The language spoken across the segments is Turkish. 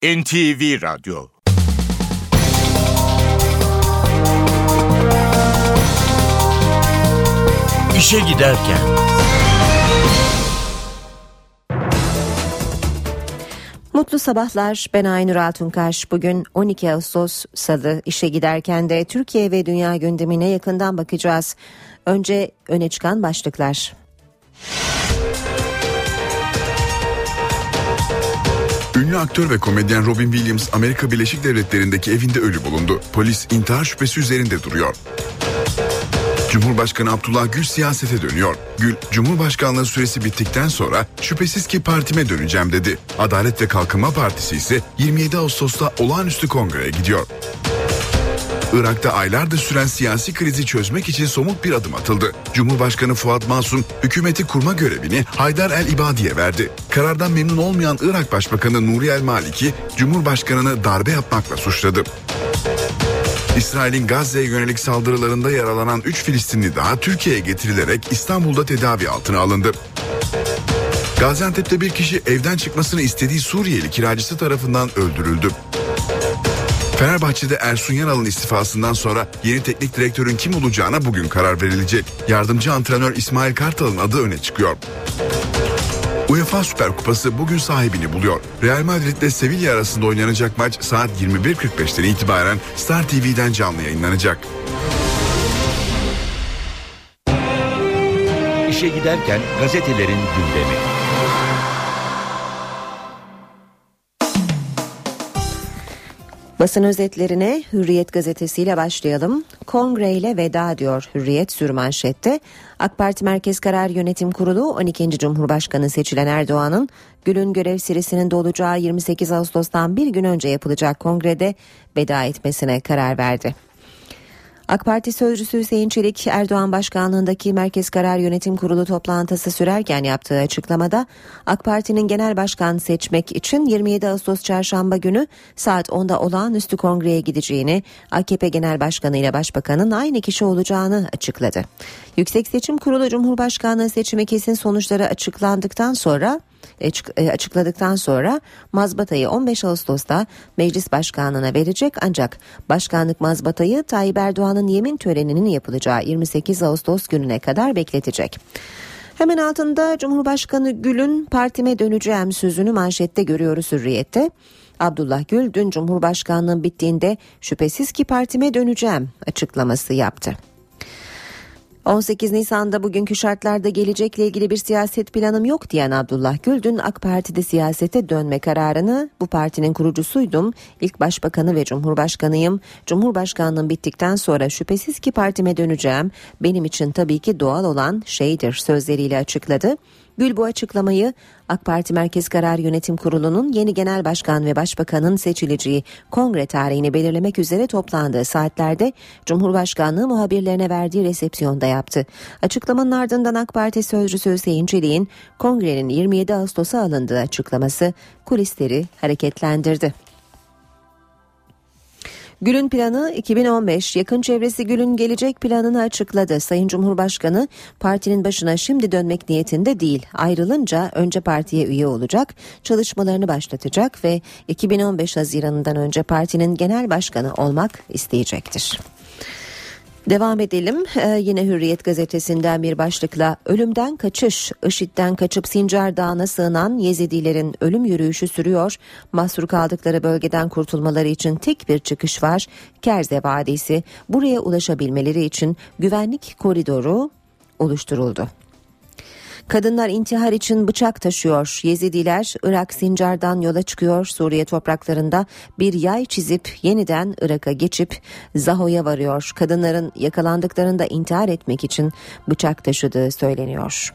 NTV Radyo. İşe giderken. Mutlu sabahlar, ben Aynur Altunkaş. Bugün 12 Ağustos Salı. İşe giderken de Türkiye ve dünya gündemine yakından bakacağız. Önce öne çıkan başlıklar. Ünlü aktör ve komedyen Robin Williams, Amerika Birleşik Devletleri'ndeki evinde ölü bulundu. Polis intihar şüphesi üzerinde duruyor. Cumhurbaşkanı Abdullah Gül siyasete dönüyor. Gül, Cumhurbaşkanlığı süresi bittikten sonra şüphesiz ki partime döneceğim dedi. Adalet ve Kalkınma Partisi ise 27 Ağustos'ta olağanüstü kongreye gidiyor. Irak'ta aylardır süren siyasi krizi çözmek için somut bir adım atıldı. Cumhurbaşkanı Fuat Masum, hükümeti kurma görevini Haydar el-İbadi'ye verdi. Karardan memnun olmayan Irak Başbakanı Nuri el-Maliki, Cumhurbaşkanı'nı darbe yapmakla suçladı. İsrail'in Gazze'ye yönelik saldırılarında yaralanan 3 Filistinli daha Türkiye'ye getirilerek İstanbul'da tedavi altına alındı. Gaziantep'te bir kişi evden çıkmasını istediği Suriyeli kiracısı tarafından öldürüldü. Fenerbahçe'de Ersun Yanal'ın istifasından sonra yeni teknik direktörün kim olacağına bugün karar verilecek. Yardımcı antrenör İsmail Kartal'ın adı öne çıkıyor. UEFA Süper Kupası bugün sahibini buluyor. Real Madrid ile Sevilla arasında oynanacak maç saat 21.45'ten itibaren Star TV'den canlı yayınlanacak. İşe giderken gazetelerin gündemi. Basın özetlerine Hürriyet gazetesiyle başlayalım. Kongreyle veda diyor Hürriyet sürmanşette. AK Parti Merkez Karar Yönetim Kurulu 12. Cumhurbaşkanı seçilen Erdoğan'ın Gül'ün görev süresinin dolacağı 28 Ağustos'tan bir gün önce yapılacak kongrede veda etmesine karar verdi. AK Parti sözcüsü Hüseyin Çelik, Erdoğan başkanlığındaki Merkez Karar Yönetim Kurulu toplantısı sürerken yaptığı açıklamada AK Parti'nin genel başkan seçmek için 27 Ağustos Çarşamba günü saat 10'da olağanüstü kongreye gideceğini, AKP Genel Başkanı ile Başbakanın aynı kişi olacağını açıkladı. Yüksek Seçim Kurulu Cumhurbaşkanlığı seçimi kesin sonuçları açıkladıktan sonra mazbatayı 15 Ağustos'ta Meclis Başkanlığı'na verecek, ancak başkanlık mazbatayı Tayyip Erdoğan'ın yemin töreninin yapılacağı 28 Ağustos gününe kadar bekletecek. Hemen altında Cumhurbaşkanı Gül'ün partime döneceğim sözünü manşette görüyoruz Hürriyet'te. Abdullah Gül dün Cumhurbaşkanlığı bittiğinde şüphesiz ki partime döneceğim açıklaması yaptı. 18 Nisan'da bugünkü şartlarda gelecekle ilgili bir siyaset planım yok diyen Abdullah Gül dün AK Parti'de siyasete dönme kararını, bu partinin kurucusuydum, ilk başbakanı ve cumhurbaşkanıyım, cumhurbaşkanlığım bittikten sonra şüphesiz ki partime döneceğim, benim için tabii ki doğal olan şeydir sözleriyle açıkladı. Gül bu açıklamayı AK Parti Merkez Karar Yönetim Kurulu'nun yeni genel başkan ve başbakanın seçileceği kongre tarihini belirlemek üzere toplandığı saatlerde Cumhurbaşkanlığı muhabirlerine verdiği resepsiyonda yaptı. Açıklamanın ardından AK Parti sözcüsü Hüseyin Çelik'in kongrenin 27 Ağustos'a alındığı açıklaması kulisleri hareketlendirdi. Gül'ün planı 2015, yakın çevresi Gül'ün gelecek planını açıkladı. Sayın Cumhurbaşkanı partinin başına şimdi dönmek niyetinde değil. Ayrılınca önce partiye üye olacak, çalışmalarını başlatacak ve 2015 Haziran'ından önce partinin genel başkanı olmak isteyecektir. Devam edelim. Yine Hürriyet gazetesinden bir başlıkla ölümden kaçış, IŞİD'den kaçıp Sincar Dağı'na sığınan Yezidilerin ölüm yürüyüşü sürüyor. Mahsur kaldıkları bölgeden kurtulmaları için tek bir çıkış var. Kerze Vadisi. Buraya ulaşabilmeleri için güvenlik koridoru oluşturuldu. Kadınlar intihar için bıçak taşıyor. Yezidiler Irak Sincar'dan yola çıkıyor. Suriye topraklarında bir yay çizip yeniden Irak'a geçip Zaho'ya varıyor. Kadınların yakalandıklarında intihar etmek için bıçak taşıdığı söyleniyor.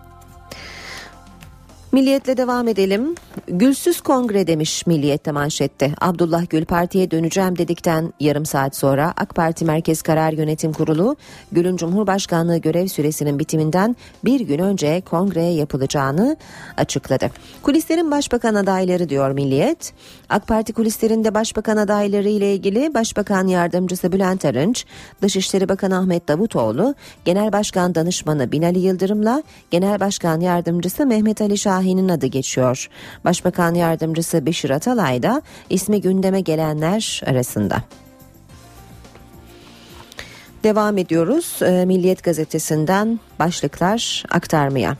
Milliyet'le devam edelim. Gülsüz kongre demiş Milliyet'te manşette. Abdullah Gül partiye döneceğim dedikten yarım saat sonra AK Parti Merkez Karar Yönetim Kurulu Gül'ün Cumhurbaşkanlığı görev süresinin bitiminden bir gün önce kongreye yapılacağını açıkladı. Kulislerin başbakan adayları diyor Milliyet. AK Parti kulislerinde başbakan adayları ile ilgili Başbakan Yardımcısı Bülent Arınç, Dışişleri Bakanı Ahmet Davutoğlu, Genel Başkan Danışmanı Binali Yıldırım'la Genel Başkan Yardımcısı Mehmet Ali Şahin Şahin'in adı geçiyor. Başbakan Yardımcısı Beşir Atalay da ismi gündeme gelenler arasında. Devam ediyoruz Milliyet gazetesinden başlıklar aktarmaya.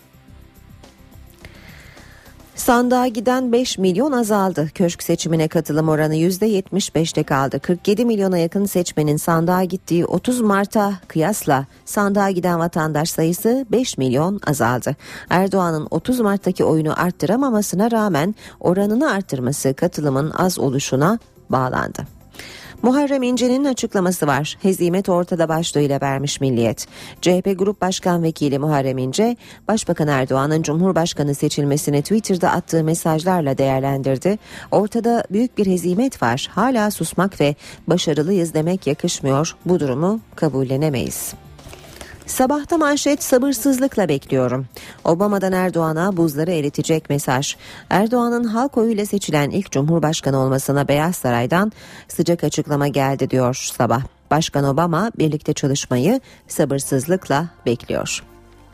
Sandığa giden 5 milyon azaldı. Köşk seçimine katılım oranı %75'te kaldı. 47 milyona yakın seçmenin sandığa gittiği 30 Mart'a kıyasla sandığa giden vatandaş sayısı 5 milyon azaldı. Erdoğan'ın 30 Mart'taki oyunu arttıramamasına rağmen oranını arttırması katılımın az oluşuna bağlandı. Muharrem İnce'nin açıklaması var. Hezimet ortada başlığıyla vermiş Milliyet. CHP Grup Başkan Vekili Muharrem İnce, Başbakan Erdoğan'ın Cumhurbaşkanı seçilmesini Twitter'da attığı mesajlarla değerlendirdi. Ortada büyük bir hezimet var. Hala susmak ve başarılıyız demek yakışmıyor. Bu durumu kabullenemeyiz. Sabahta manşet sabırsızlıkla bekliyorum. Obama'dan Erdoğan'a buzları eritecek mesaj. Erdoğan'ın halk oyuyla seçilen ilk Cumhurbaşkanı olmasına Beyaz Saray'dan sıcak açıklama geldi diyor Sabah. Başkan Obama birlikte çalışmayı sabırsızlıkla bekliyor.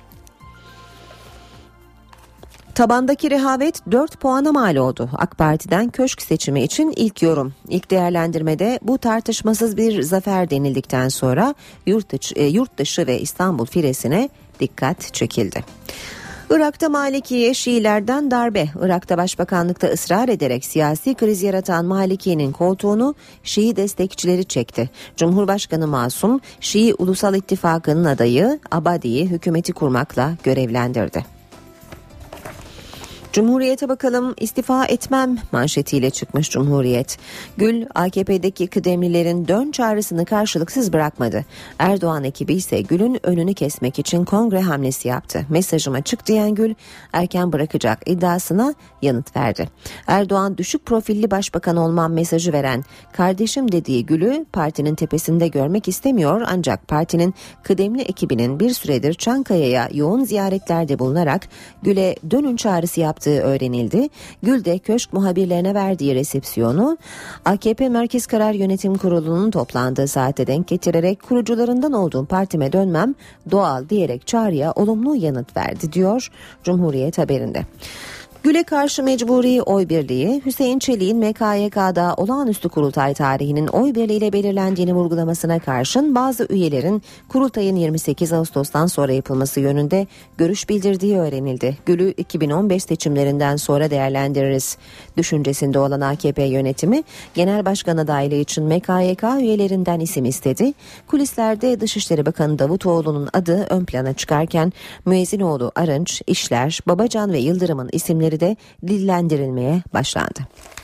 Tabandaki rehavet 4 puana mal oldu. AK Parti'den köşk seçimi için ilk yorum. İlk değerlendirmede bu tartışmasız bir zafer denildikten sonra yurt dışı ve İstanbul firesine dikkat çekildi. Irak'ta Maliki'ye Şiilerden darbe. Irak'ta başbakanlıkta ısrar ederek siyasi kriz yaratan Maliki'nin koltuğunu Şii destekçileri çekti. Cumhurbaşkanı Masum, Şii Ulusal İttifakı'nın adayı Abadi'yi hükümeti kurmakla görevlendirdi. Cumhuriyet'e bakalım, istifa etmem manşetiyle çıkmış Cumhuriyet. Gül, AKP'deki kıdemlilerin dön çağrısını karşılıksız bırakmadı. Erdoğan ekibi ise Gül'ün önünü kesmek için kongre hamlesi yaptı. Mesajım açık diyen Gül, erken bırakacak iddiasına yanıt verdi. Erdoğan düşük profilli başbakan olmam mesajı veren kardeşim dediği Gül'ü partinin tepesinde görmek istemiyor, ancak partinin kıdemli ekibinin bir süredir Çankaya'ya yoğun ziyaretlerde bulunarak Gül'e dönün çağrısı yaptı öğrenildi. Gül de köşk muhabirlerine verdiği resepsiyonu AKP Merkez Karar Yönetim Kurulu'nun toplandığı saate denk getirerek kurucularından olduğum partime dönmem doğal diyerek çağrıya olumlu yanıt verdi diyor Cumhuriyet haberinde. Gül'e karşı mecburi oy birliği, Hüseyin Çelik'in MKYK'da olağanüstü kurultay tarihinin oy birliğiyle belirlendiğini vurgulamasına karşın bazı üyelerin kurultayın 28 Ağustos'tan sonra yapılması yönünde görüş bildirdiği öğrenildi. Gül'ü 2015 seçimlerinden sonra değerlendiririz düşüncesinde olan AKP yönetimi genel başkan adaylığı için MKYK üyelerinden isim istedi. Kulislerde Dışişleri Bakanı Davutoğlu'nun adı ön plana çıkarken Müezzinoğlu, Arınç, İşler, Babacan ve Yıldırım'ın isimleri de dillendirilmeye başlandı.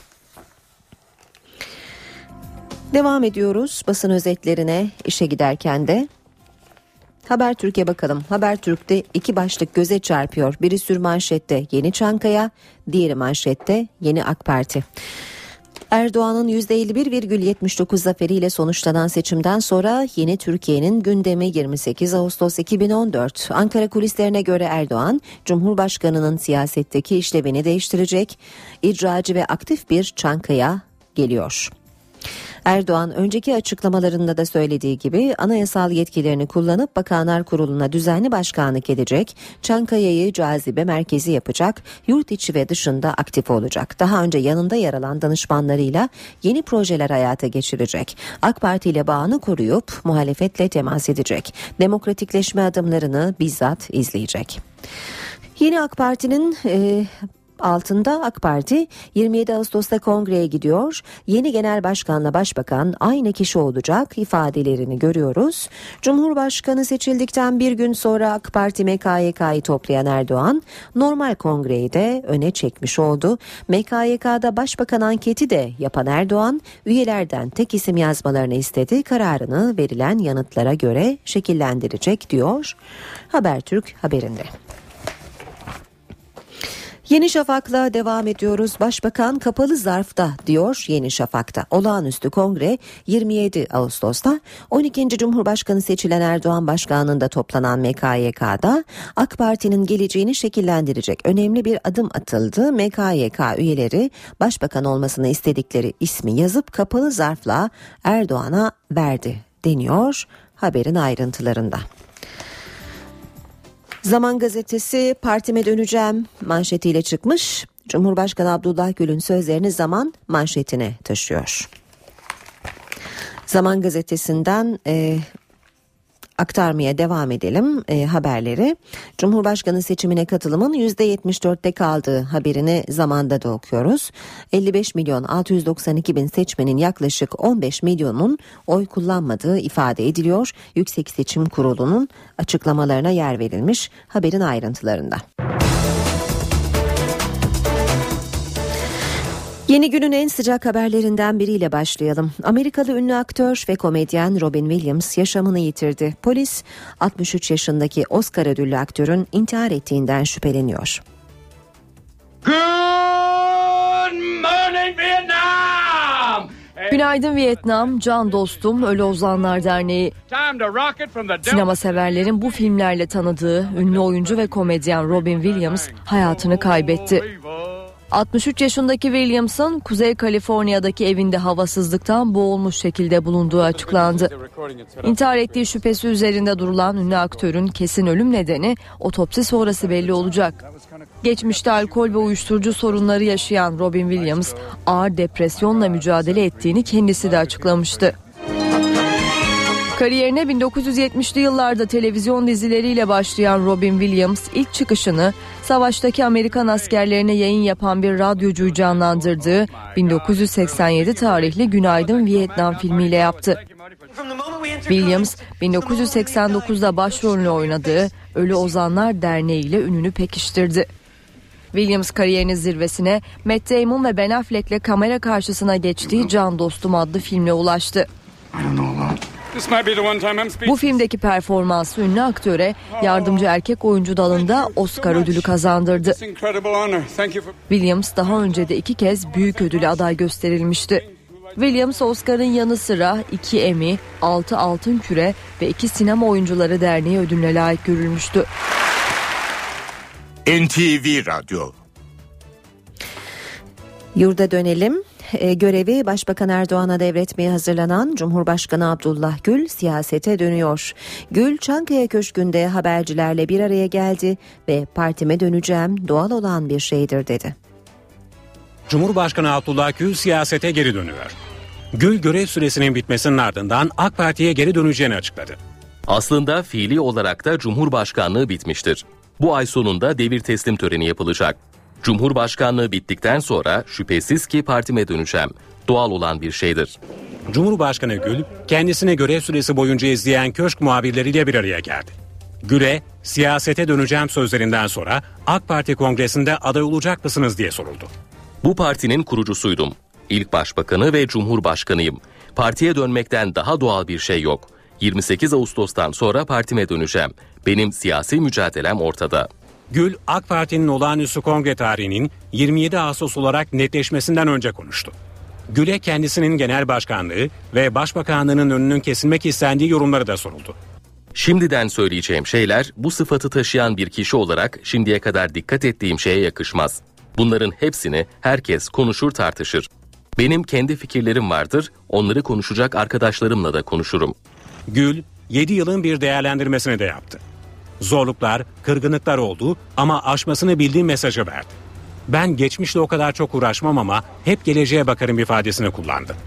Devam ediyoruz basın özetlerine. İşe giderken de Habertürk'e bakalım. Habertürk'te iki başlık göze çarpıyor. Biri sürmanşette Yeni Çankaya, diğeri manşette Yeni AK Parti. Erdoğan'ın %51,79 zaferiyle sonuçlanan seçimden sonra Yeni Türkiye'nin gündemi 28 Ağustos 2014. Ankara kulislerine göre Erdoğan, Cumhurbaşkanı'nın siyasetteki işlevini değiştirecek, icracı ve aktif bir Çankaya geliyor. Erdoğan önceki açıklamalarında da söylediği gibi anayasal yetkilerini kullanıp Bakanlar Kurulu'na düzenli başkanlık edecek, Çankaya'yı cazibe merkezi yapacak, yurt içi ve dışında aktif olacak. Daha önce yanında yer alan danışmanlarıyla yeni projeler hayata geçirecek. AK Parti ile bağını koruyup muhalefetle temas edecek. Demokratikleşme adımlarını bizzat izleyecek. Yeni AK Parti'nin altında AK Parti 27 Ağustos'ta kongreye gidiyor. Yeni genel başkanla başbakan aynı kişi olacak ifadelerini görüyoruz. Cumhurbaşkanı seçildikten bir gün sonra AK Parti MKYK'yı toplayan Erdoğan normal kongreyi de öne çekmiş oldu. MKYK'da başbakan anketi de yapan Erdoğan üyelerden tek isim yazmalarını istedi. Kararını verilen yanıtlara göre şekillendirecek diyor Habertürk haberinde. Yeni Şafak'la devam ediyoruz. Başbakan kapalı zarfta diyor Yeni Şafak'ta. Olağanüstü kongre 27 Ağustos'ta 12. Cumhurbaşkanı seçilen Erdoğan başkanlığında toplanan MKYK'da AK Parti'nin geleceğini şekillendirecek önemli bir adım atıldı. MKYK üyeleri başbakan olmasını istedikleri ismi yazıp kapalı zarfla Erdoğan'a verdi deniyor haberin ayrıntılarında. Zaman gazetesi partime döneceğim manşetiyle çıkmış. Cumhurbaşkanı Abdullah Gül'ün sözlerini Zaman manşetine taşıyor. Zaman gazetesinden aktarmaya devam edelim haberleri. Cumhurbaşkanı seçimine katılımın %74'te kaldığı haberini Zaman'da da okuyoruz. 55 milyon 692 bin seçmenin yaklaşık 15 milyonun oy kullanmadığı ifade ediliyor. Yüksek Seçim Kurulu'nun açıklamalarına yer verilmiş haberin ayrıntılarında. Yeni günün en sıcak haberlerinden biriyle başlayalım. Amerikalı ünlü aktör ve komedyen Robin Williams yaşamını yitirdi. Polis 63 yaşındaki Oscar ödüllü aktörün intihar ettiğinden şüpheleniyor. Good morning Vietnam! Günaydın Vietnam, Can Dostum, Ölü Ozanlar Derneği. Sinema severlerin bu filmlerle tanıdığı ünlü oyuncu ve komedyen Robin Williams hayatını kaybetti. 63 yaşındaki Williams'ın Kuzey Kaliforniya'daki evinde havasızlıktan boğulmuş şekilde bulunduğu açıklandı. İntihar ettiği şüphesi üzerinde durulan ünlü aktörün kesin ölüm nedeni otopsi sonrası belli olacak. Geçmişte alkol ve uyuşturucu sorunları yaşayan Robin Williams ağır depresyonla mücadele ettiğini kendisi de açıklamıştı. Kariyerine 1970'li yıllarda televizyon dizileriyle başlayan Robin Williams ilk çıkışını savaştaki Amerikan askerlerine yayın yapan bir radyocuyu canlandırdığı 1987 tarihli Günaydın Vietnam filmiyle yaptı. Williams 1989'da başrolünü oynadığı Ölü Ozanlar Derneği ile ününü pekiştirdi. Williams kariyerinin zirvesine Matt Damon ve Ben Affleck'le kamera karşısına geçtiği Can Dostum adlı filmle ulaştı. Bu filmdeki performansı ünlü aktöre yardımcı erkek oyuncu dalında Oscar ödülü kazandırdı. Williams daha önce de 2 kez büyük ödüle aday gösterilmişti. Williams Oscar'ın yanı sıra 2 Emmy, 6 Altın Küre ve 2 Sinema Oyuncuları Derneği ödülüne layık görülmüştü. NTV Radyo. Yurda dönelim. Görevi Başbakan Erdoğan'a devretmeye hazırlanan Cumhurbaşkanı Abdullah Gül siyasete dönüyor. Gül Çankaya Köşkü'nde habercilerle bir araya geldi ve partime döneceğim doğal olan bir şeydir dedi. Cumhurbaşkanı Abdullah Gül siyasete geri dönüyor. Gül görev süresinin bitmesinin ardından AK Parti'ye geri döneceğini açıkladı. Aslında fiili olarak da Cumhurbaşkanlığı bitmiştir. Bu ay sonunda devir teslim töreni yapılacak. Cumhurbaşkanlığı bittikten sonra şüphesiz ki partime döneceğim. Doğal olan bir şeydir. Cumhurbaşkanı Gül kendisini görev süresi boyunca izleyen köşk muhabirleriyle bir araya geldi. Gül'e siyasete döneceğim sözlerinden sonra AK Parti kongresinde aday olacak mısınız diye soruldu. Bu partinin kurucusuydum. İlk başbakanı ve cumhurbaşkanıyım. Partiye dönmekten daha doğal bir şey yok. 28 Ağustos'tan sonra partime döneceğim. Benim siyasi mücadelem ortada. Gül, AK Parti'nin olağanüstü kongre tarihinin 27 Ağustos olarak netleşmesinden önce konuştu. Gül'e kendisinin genel başkanlığı ve başbakanlığının önünün kesilmek istendiği yorumları da soruldu. Şimdiden söyleyeceğim şeyler bu sıfatı taşıyan bir kişi olarak şimdiye kadar dikkat ettiğim şeye yakışmaz. Bunların hepsini herkes konuşur tartışır. Benim kendi fikirlerim vardır, onları konuşacak arkadaşlarımla da konuşurum. Gül, 7 yılın bir değerlendirmesini de yaptı. Zorluklar, kırgınlıklar oldu ama aşmasını bildiğim mesajı verdi. Ben geçmişle o kadar çok uğraşmam ama hep geleceğe bakarım ifadesini kullandı.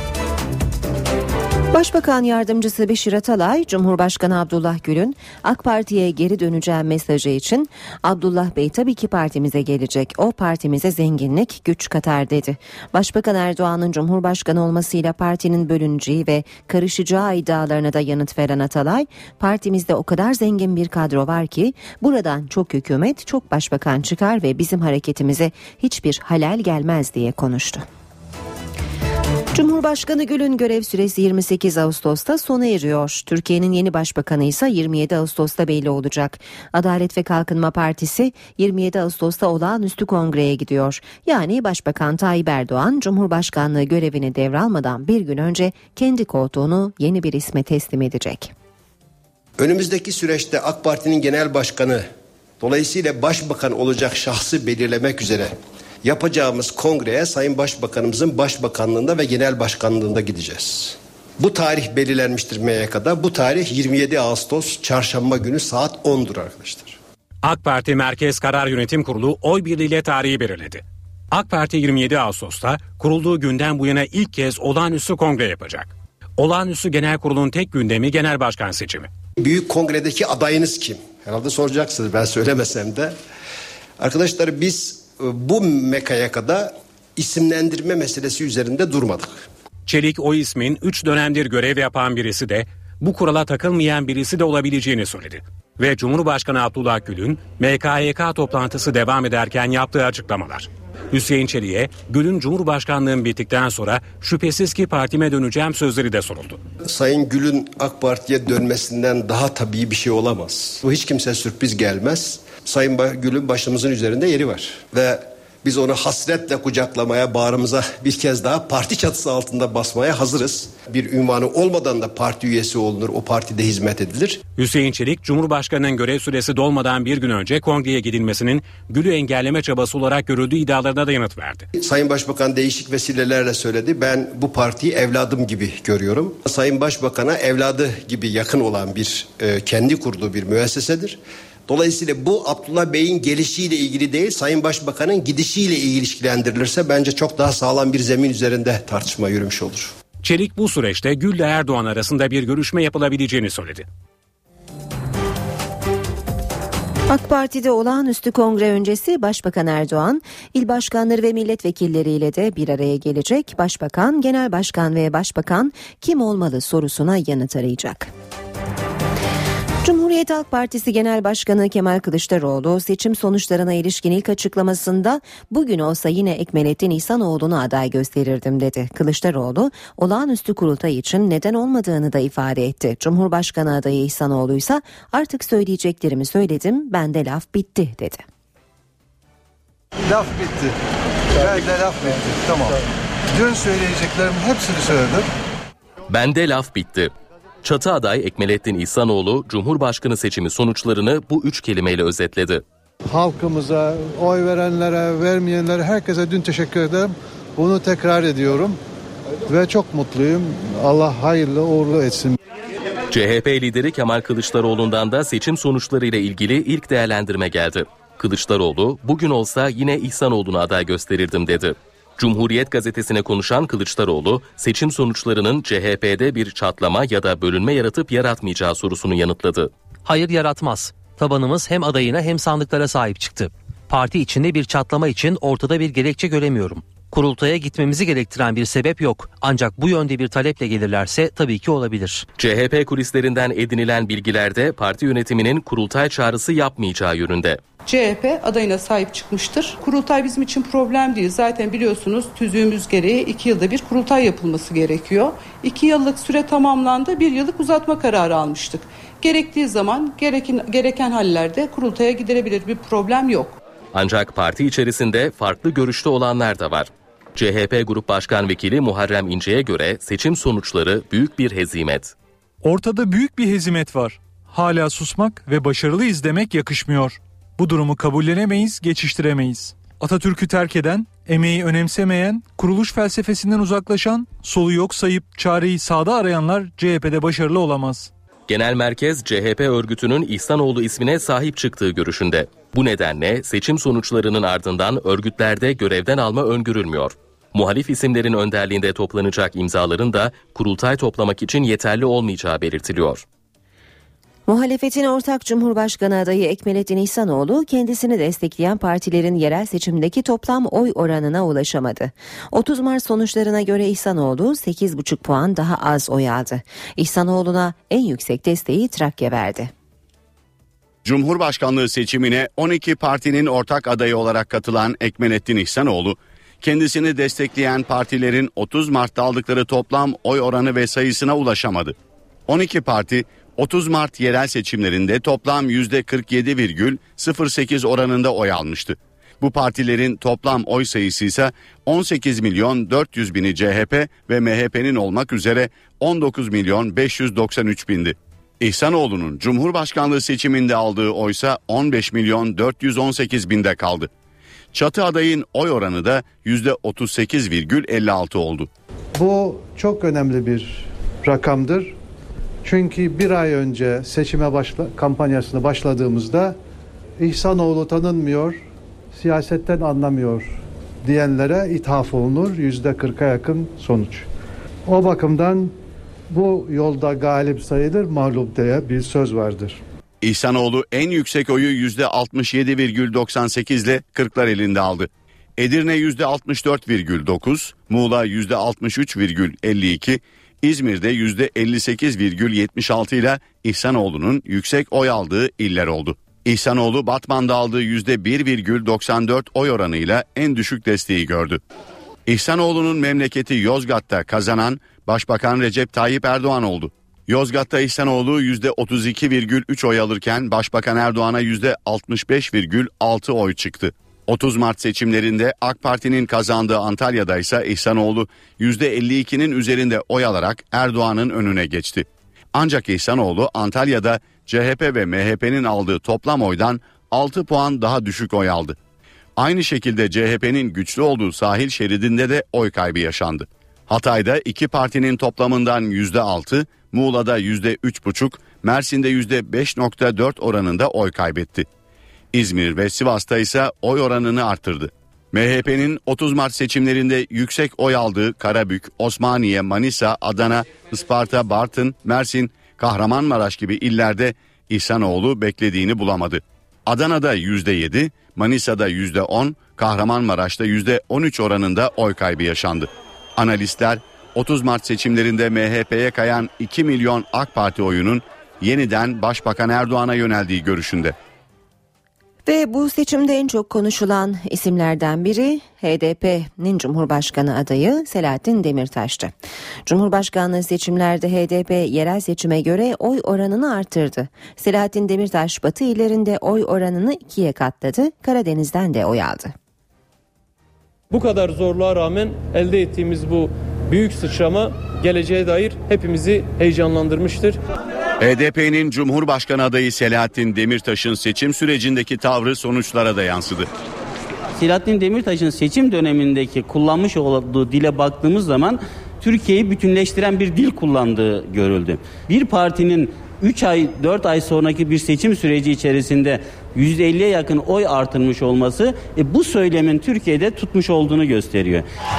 Başbakan Yardımcısı Beşir Atalay, Cumhurbaşkanı Abdullah Gül'ün AK Parti'ye geri döneceğim mesajı için Abdullah Bey tabii ki partimize gelecek. O partimize zenginlik, güç katar dedi. Başbakan Erdoğan'ın Cumhurbaşkanı olmasıyla partinin bölüneceği ve karışacağı iddialarına da yanıt veren Atalay, partimizde o kadar zengin bir kadro var ki buradan çok hükümet, çok başbakan çıkar ve bizim hareketimize hiçbir halel gelmez diye konuştu. Cumhurbaşkanı Gül'ün görev süresi 28 Ağustos'ta sona eriyor. Türkiye'nin yeni başbakanı ise 27 Ağustos'ta belli olacak. Adalet ve Kalkınma Partisi 27 Ağustos'ta olağanüstü kongreye gidiyor. Yani Başbakan Tayyip Erdoğan Cumhurbaşkanlığı görevini devralmadan bir gün önce kendi koltuğunu yeni bir isme teslim edecek. Önümüzdeki süreçte AK Parti'nin genel başkanı, dolayısıyla başbakan olacak şahsı belirlemek üzere yapacağımız kongreye Sayın Başbakanımızın başbakanlığında ve genel başkanlığında gideceğiz. Bu tarih belirlenmiştir MYK'da. Bu tarih 27 Ağustos Çarşamba günü saat 10'dur arkadaşlar. AK Parti Merkez Karar Yönetim Kurulu oy birliğiyle tarihi belirledi. AK Parti 27 Ağustos'ta kurulduğu günden bu yana ilk kez olağanüstü kongre yapacak. Olağanüstü Genel Kurulu'nun tek gündemi genel başkan seçimi. Büyük kongredeki adayınız kim? Herhalde soracaksınız, ben söylemesem de. Arkadaşlar, biz bu mekayakada isimlendirme meselesi üzerinde durmadık. Çelik o ismin 3 dönemdir görev yapan birisi de bu kurala takılmayan birisi de olabileceğini söyledi. Ve Cumhurbaşkanı Abdullah Gül'ün MKYK toplantısı devam ederken yaptığı açıklamalar. Hüseyin Çelik'e Gül'ün Cumhurbaşkanlığın bittikten sonra şüphesiz ki partime döneceğim sözleri de soruldu. Sayın Gül'ün AK Parti'ye dönmesinden daha tabii bir şey olamaz. Bu hiç kimseye sürpriz gelmez. Sayın Gül'ün başımızın üzerinde yeri var. Ve biz onu hasretle kucaklamaya, bağrımıza bir kez daha parti çatısı altında basmaya hazırız. Bir ünvanı olmadan da parti üyesi olunur, o partide hizmet edilir. Hüseyin Çelik, Cumhurbaşkanı'nın görev süresi dolmadan bir gün önce kongreye gidilmesinin Gül'ü engelleme çabası olarak görüldüğü iddialarına da yanıt verdi. Sayın Başbakan değişik vesilelerle söyledi. Ben bu partiyi evladım gibi görüyorum. Sayın Başbakan'a evladı gibi yakın olan bir kendi kurduğu bir müessesedir. Dolayısıyla bu Abdullah Bey'in gelişiyle ilgili değil, Sayın Başbakan'ın gidişiyle ilişkilendirilirse bence çok daha sağlam bir zemin üzerinde tartışma yürümüş olur. Çelik bu süreçte Gül ile Erdoğan arasında bir görüşme yapılabileceğini söyledi. AK Parti'de olağanüstü kongre öncesi Başbakan Erdoğan, il başkanları ve milletvekilleriyle de bir araya gelecek. Başbakan, genel başkan ve başbakan kim olmalı sorusuna yanıt arayacak. Cumhuriyet Halk Partisi Genel Başkanı Kemal Kılıçdaroğlu seçim sonuçlarına ilişkin ilk açıklamasında bugün olsa yine Ekmelettin İhsanoğlu'nu aday gösterirdim dedi. Kılıçdaroğlu olağanüstü kurultay için neden olmadığını da ifade etti. Cumhurbaşkanı adayı İhsanoğlu ise artık söyleyeceklerimi söyledim, bende laf bitti dedi. Laf bitti. Bende laf bitti. Tamam. Dün söyleyeceklerimin hepsini söyledim. Bende laf bitti. Çatı aday Ekmelettin İhsanoğlu, Cumhurbaşkanı seçimi sonuçlarını bu 3 kelimeyle özetledi. Halkımıza, oy verenlere, vermeyenlere, herkese dün teşekkür ederim. Bunu tekrar ediyorum ve çok mutluyum. Allah hayırlı uğurlu etsin. CHP lideri Kemal Kılıçdaroğlu'ndan da seçim sonuçlarıyla ilgili ilk değerlendirme geldi. Kılıçdaroğlu, bugün olsa yine İhsanoğlu'nu aday gösterirdim dedi. Cumhuriyet gazetesine konuşan Kılıçdaroğlu, seçim sonuçlarının CHP'de bir çatlama ya da bölünme yaratıp yaratmayacağı sorusunu yanıtladı. Hayır, yaratmaz. Tabanımız hem adayına hem sandıklara sahip çıktı. Parti içinde bir çatlama için ortada bir gerekçe göremiyorum. Kurultaya gitmemizi gerektiren bir sebep yok. Ancak bu yönde bir taleple gelirlerse tabii ki olabilir. CHP kulislerinden edinilen bilgilerde parti yönetiminin kurultay çağrısı yapmayacağı yönünde. CHP adayına sahip çıkmıştır. Kurultay bizim için problem değil. Zaten biliyorsunuz tüzüğümüz gereği 2 yılda bir kurultay yapılması gerekiyor. 2 yıllık süre tamamlandı. 1 yıllık uzatma kararı almıştık. Gerektiği zaman gereken hallerde kurultaya gidilebilir, bir problem yok. Ancak parti içerisinde farklı görüşte olanlar da var. CHP Grup Başkan Vekili Muharrem İnce'ye göre seçim sonuçları büyük bir hezimet. Ortada büyük bir hezimet var. Hala susmak ve başarılıyız demek yakışmıyor. Bu durumu kabullenemeyiz, geçiştiremeyiz. Atatürk'ü terk eden, emeği önemsemeyen, kuruluş felsefesinden uzaklaşan, solu yok sayıp çareyi sağda arayanlar CHP'de başarılı olamaz. Genel merkez CHP örgütünün İhsanoğlu ismine sahip çıktığı görüşünde. Bu nedenle seçim sonuçlarının ardından örgütlerde görevden alma öngörülmüyor. Muhalif isimlerin önderliğinde toplanacak imzaların da kurultay toplamak için yeterli olmayacağı belirtiliyor. Muhalefetin ortak Cumhurbaşkanı adayı Ekmelettin İhsanoğlu kendisini destekleyen partilerin yerel seçimdeki toplam oy oranına ulaşamadı. 30 Mart sonuçlarına göre İhsanoğlu 8,5 puan daha az oy aldı. İhsanoğlu'na en yüksek desteği Trakya verdi. Cumhurbaşkanlığı seçimine 12 partinin ortak adayı olarak katılan Ekmelettin İhsanoğlu, kendisini destekleyen partilerin 30 Mart'ta aldıkları toplam oy oranı ve sayısına ulaşamadı. 12 parti 30 Mart yerel seçimlerinde toplam %47,08 oranında oy almıştı. Bu partilerin toplam oy sayısı ise 18.400.000'i CHP ve MHP'nin olmak üzere 19.593.000'di. İhsanoğlu'nun Cumhurbaşkanlığı seçiminde aldığı oysa 15.418.000'de kaldı. Çatı adayın oy oranı da %38,56 oldu. Bu çok önemli bir rakamdır. Çünkü bir ay önce seçime kampanyasına başladığımızda İhsanoğlu tanınmıyor, siyasetten anlamıyor diyenlere ithaf olunur. %40'a yakın sonuç. O bakımdan bu yolda galip sayılır, mağlup diye bir söz vardır. İhsanoğlu en yüksek oyu %67,98 ile Kırklareli'nde aldı. Edirne %64,9, Muğla %63,52, İzmir'de %58,76 ile İhsanoğlu'nun yüksek oy aldığı iller oldu. İhsanoğlu Batman'da aldığı %1,94 oy oranıyla en düşük desteği gördü. İhsanoğlu'nun memleketi Yozgat'ta kazanan Başbakan Recep Tayyip Erdoğan oldu. Yozgat'ta İhsanoğlu %32,3 oy alırken Başbakan Erdoğan'a %65,6 oy çıktı. 30 Mart seçimlerinde AK Parti'nin kazandığı Antalya'da ise İhsanoğlu %52'nin üzerinde oy alarak Erdoğan'ın önüne geçti. Ancak İhsanoğlu Antalya'da CHP ve MHP'nin aldığı toplam oydan 6 puan daha düşük oy aldı. Aynı şekilde CHP'nin güçlü olduğu sahil şeridinde de oy kaybı yaşandı. Hatay'da iki partinin toplamından %6, Muğla'da %3,5, Mersin'de %5,4 oranında oy kaybetti. İzmir ve Sivas'ta ise oy oranını arttırdı. MHP'nin 30 Mart seçimlerinde yüksek oy aldığı Karabük, Osmaniye, Manisa, Adana, Isparta, Bartın, Mersin, Kahramanmaraş gibi illerde İhsanoğlu beklediğini bulamadı. Adana'da %7, Manisa'da %10, Kahramanmaraş'ta %13 oranında oy kaybı yaşandı. Analistler 30 Mart seçimlerinde MHP'ye kayan 2 milyon AK Parti oyunun yeniden Başbakan Erdoğan'a yöneldiği görüşünde. Ve bu seçimde en çok konuşulan isimlerden biri HDP'nin Cumhurbaşkanı adayı Selahattin Demirtaş'tı. Cumhurbaşkanlığı seçimlerde HDP yerel seçime göre oy oranını arttırdı. Selahattin Demirtaş Batı illerinde oy oranını 2'ye katladı. Karadeniz'den de oy aldı. Bu kadar zorluğa rağmen elde ettiğimiz bu büyük sıçrama geleceğe dair hepimizi heyecanlandırmıştır. HDP'nin Cumhurbaşkanı adayı Selahattin Demirtaş'ın seçim sürecindeki tavrı sonuçlara da yansıdı. Selahattin Demirtaş'ın seçim dönemindeki kullanmış olduğu dile baktığımız zaman Türkiye'yi bütünleştiren bir dil kullandığı görüldü. Bir partinin 3 ay 4 ay sonraki bir seçim süreci içerisinde %50'ye yakın oy artırmış olması bu söylemin Türkiye'de tutmuş olduğunu gösteriyor.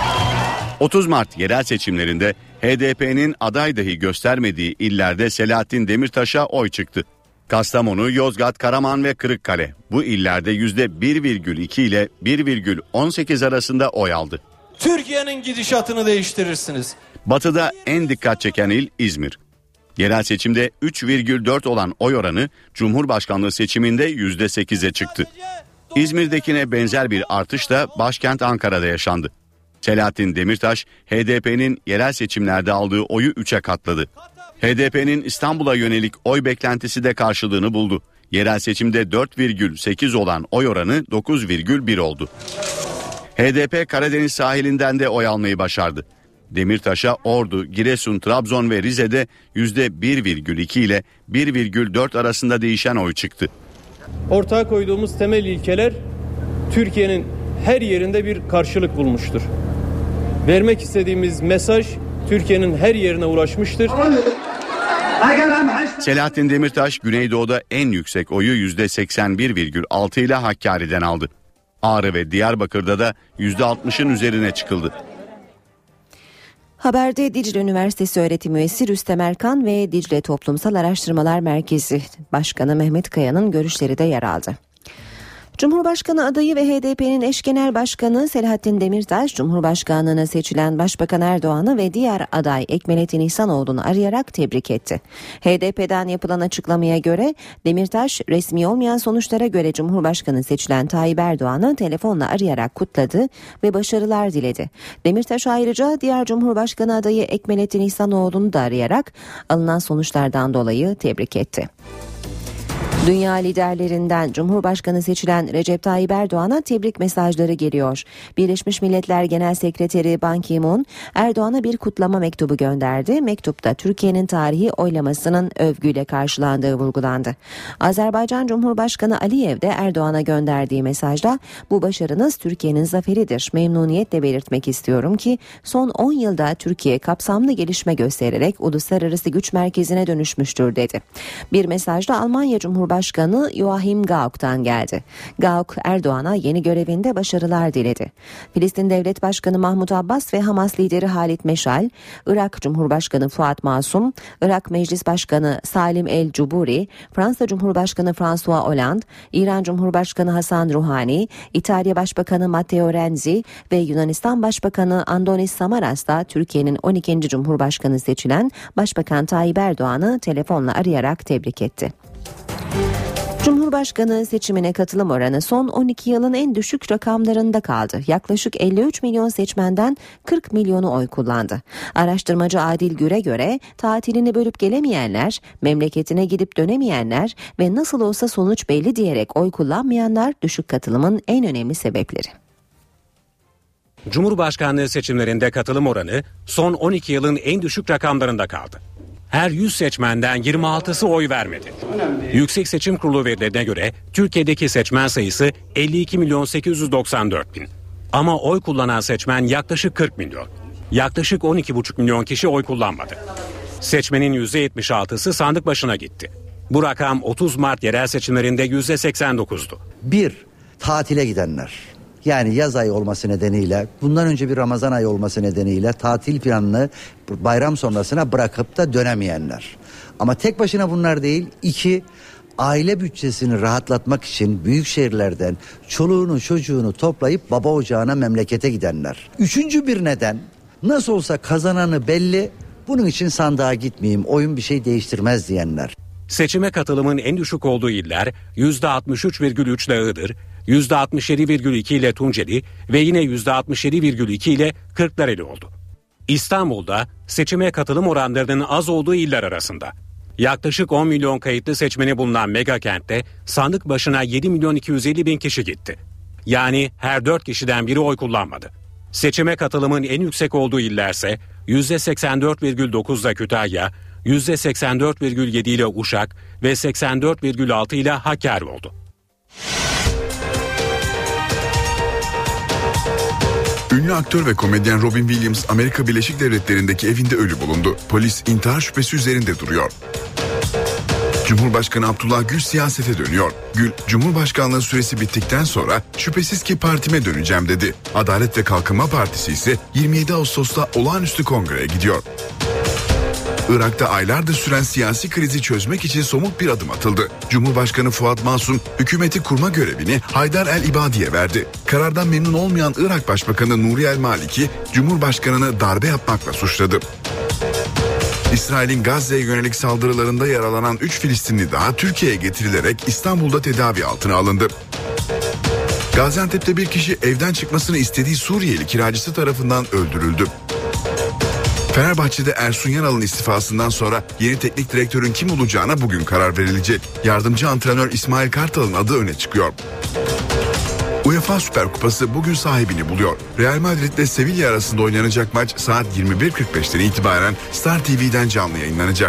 30 Mart yerel seçimlerinde HDP'nin aday dahi göstermediği illerde Selahattin Demirtaş'a oy çıktı. Kastamonu, Yozgat, Karaman ve Kırıkkale bu illerde %1,2 ile 1,18 arasında oy aldı. Türkiye'nin gidişatını değiştirirsiniz. Batı'da en dikkat çeken il İzmir. Yerel seçimde 3,4 olan oy oranı Cumhurbaşkanlığı seçiminde %8'e çıktı. İzmir'dekine benzer bir artış da başkent Ankara'da yaşandı. Selahattin Demirtaş, HDP'nin yerel seçimlerde aldığı oyu 3'e katladı. HDP'nin İstanbul'a yönelik oy beklentisi de karşılığını buldu. Yerel seçimde 4,8 olan oy oranı 9,1 oldu. HDP Karadeniz sahilinden de oy almayı başardı. Demirtaş'a Ordu, Giresun, Trabzon ve Rize'de %1,2 ile 1,4 arasında değişen oy çıktı. Ortaya koyduğumuz temel ilkeler Türkiye'nin her yerinde bir karşılık bulmuştur. Vermek istediğimiz mesaj Türkiye'nin her yerine ulaşmıştır. Selahattin Demirtaş Güneydoğu'da en yüksek oyu %81,6 ile Hakkari'den aldı. Ağrı ve Diyarbakır'da da %60'ın üzerine çıkıldı. Haberde Dicle Üniversitesi öğretim üyesi Rüstem Erkan ve Dicle Toplumsal Araştırmalar Merkezi Başkanı Mehmet Kaya'nın görüşleri de yer aldı. Cumhurbaşkanı adayı ve HDP'nin eş genel başkanı Selahattin Demirtaş, Cumhurbaşkanlığına seçilen Başbakan Erdoğan'ı ve diğer aday Ekmelettin İhsanoğlu'nu arayarak tebrik etti. HDP'den yapılan açıklamaya göre Demirtaş, resmi olmayan sonuçlara göre Cumhurbaşkanı seçilen Tayyip Erdoğan'ı telefonla arayarak kutladı ve başarılar diledi. Demirtaş ayrıca diğer Cumhurbaşkanı adayı Ekmelettin İhsanoğlu'nu da arayarak alınan sonuçlardan dolayı tebrik etti. Dünya liderlerinden Cumhurbaşkanı seçilen Recep Tayyip Erdoğan'a tebrik mesajları geliyor. Birleşmiş Milletler Genel Sekreteri Ban Ki-moon Erdoğan'a bir kutlama mektubu gönderdi. Mektupta Türkiye'nin tarihi oylamasının övgüyle karşılandığı vurgulandı. Azerbaycan Cumhurbaşkanı Aliyev de Erdoğan'a gönderdiği mesajda bu başarınız Türkiye'nin zaferidir. Memnuniyetle belirtmek istiyorum ki son 10 yılda Türkiye kapsamlı gelişme göstererek uluslararası güç merkezine dönüşmüştür dedi. Bir mesajda Almanya Cumhurbaşkanı Başkanı Joachim Gauck'tan geldi. Gauck, Erdoğan'a yeni görevinde başarılar diledi. Filistin Devlet Başkanı Mahmut Abbas ve Hamas lideri Halit Meşal, Irak Cumhurbaşkanı Fuat Masum, Irak Meclis Başkanı Salim El Cuburi, Fransa Cumhurbaşkanı François Hollande, İran Cumhurbaşkanı Hasan Rouhani, İtalya Başbakanı Matteo Renzi ve Yunanistan Başbakanı Andonis Samaras da Türkiye'nin 12. Cumhurbaşkanı seçilen Başbakan Tayyip Erdoğan'ı telefonla arayarak tebrik etti. Cumhurbaşkanı seçimine katılım oranı son 12 yılın en düşük rakamlarında kaldı. Yaklaşık 53 milyon seçmenden 40 milyonu oy kullandı. Araştırmacı Adil Gür'e göre tatilini bölüp gelemeyenler, memleketine gidip dönemeyenler ve nasıl olsa sonuç belli diyerek oy kullanmayanlar düşük katılımın en önemli sebepleri. Cumhurbaşkanlığı seçimlerinde katılım oranı son 12 yılın en düşük rakamlarında kaldı. Her 100 seçmenden 26'sı oy vermedi. Yüksek Seçim Kurulu verilerine göre Türkiye'deki seçmen sayısı 52 milyon 894 bin. Ama oy kullanan seçmen yaklaşık 40 milyon. Yaklaşık 12,5 milyon kişi oy kullanmadı. Seçmenin %76'sı sandık başına gitti. Bu rakam 30 Mart yerel seçimlerinde %89'du. Tatile gidenler. Yani yaz ayı olması nedeniyle, bundan önce bir Ramazan ayı olması nedeniyle tatil planını bayram sonrasına bırakıp da dönemeyenler. Ama tek başına bunlar değil. 2, aile bütçesini rahatlatmak için büyük şehirlerden çoluğunu çocuğunu toplayıp baba ocağına memlekete gidenler. 3. bir neden, nasıl olsa kazananı belli, bunun için sandığa gitmeyeyim, oyun bir şey değiştirmez diyenler. Seçime katılımın en düşük olduğu iller %63,3 ile Iğdır, %67,2 ile Tunceli ve yine %67,2 ile Kırklareli oldu. İstanbul'da seçime katılım oranlarının az olduğu iller arasında. Yaklaşık 10 milyon kayıtlı seçmeni bulunan mega kentte sandık başına 7 milyon 250 bin kişi gitti. Yani her 4 kişiden biri oy kullanmadı. Seçime katılımın en yüksek olduğu illerse %84,9 ile Kütahya, %84,7 ile Uşak ve 84,6 ile Hakkari oldu. Ünlü aktör ve komedyen Robin Williams Amerika Birleşik Devletleri'ndeki evinde ölü bulundu. Polis intihar şüphesi üzerinde duruyor. Cumhurbaşkanı Abdullah Gül siyasete dönüyor. Gül, Cumhurbaşkanlığı süresi bittikten sonra şüphesiz ki partime döneceğim dedi. Adalet ve Kalkınma Partisi ise 27 Ağustos'ta olağanüstü kongreye gidiyor. Irak'ta aylardır süren siyasi krizi çözmek için somut bir adım atıldı. Cumhurbaşkanı Fuat Masum hükümeti kurma görevini Haydar el-İbadi'ye verdi. Karardan memnun olmayan Irak Başbakanı Nuri el-Maliki Cumhurbaşkanı'nı darbe yapmakla suçladı. İsrail'in Gazze'ye yönelik saldırılarında yaralanan 3 Filistinli daha Türkiye'ye getirilerek İstanbul'da tedavi altına alındı. Gaziantep'te bir kişi evden çıkmasını istediği Suriyeli kiracısı tarafından öldürüldü. Fenerbahçe'de Ersun Yanal'ın istifasından sonra yeni teknik direktörün kim olacağına bugün karar verilecek. Yardımcı antrenör İsmail Kartal'ın adı öne çıkıyor. UEFA Süper Kupası bugün sahibini buluyor. Real Madrid ile Sevilla arasında oynanacak maç saat 21.45'ten itibaren Star TV'den canlı yayınlanacak.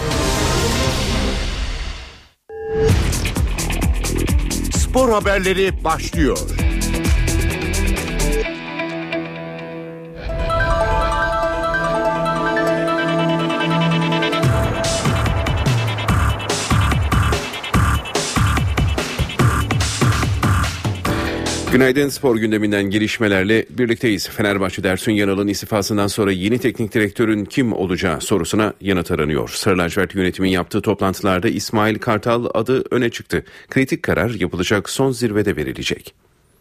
Spor haberleri başlıyor. Günaydın, spor gündeminden gelişmelerle birlikteyiz. Fenerbahçe'de Ersun Yanal'ın istifasından sonra yeni teknik direktörün kim olacağı sorusuna yanıt aranıyor. Sarı lacivert yönetimin yaptığı toplantılarda İsmail Kartal adı öne çıktı. Kritik karar yapılacak son zirvede verilecek.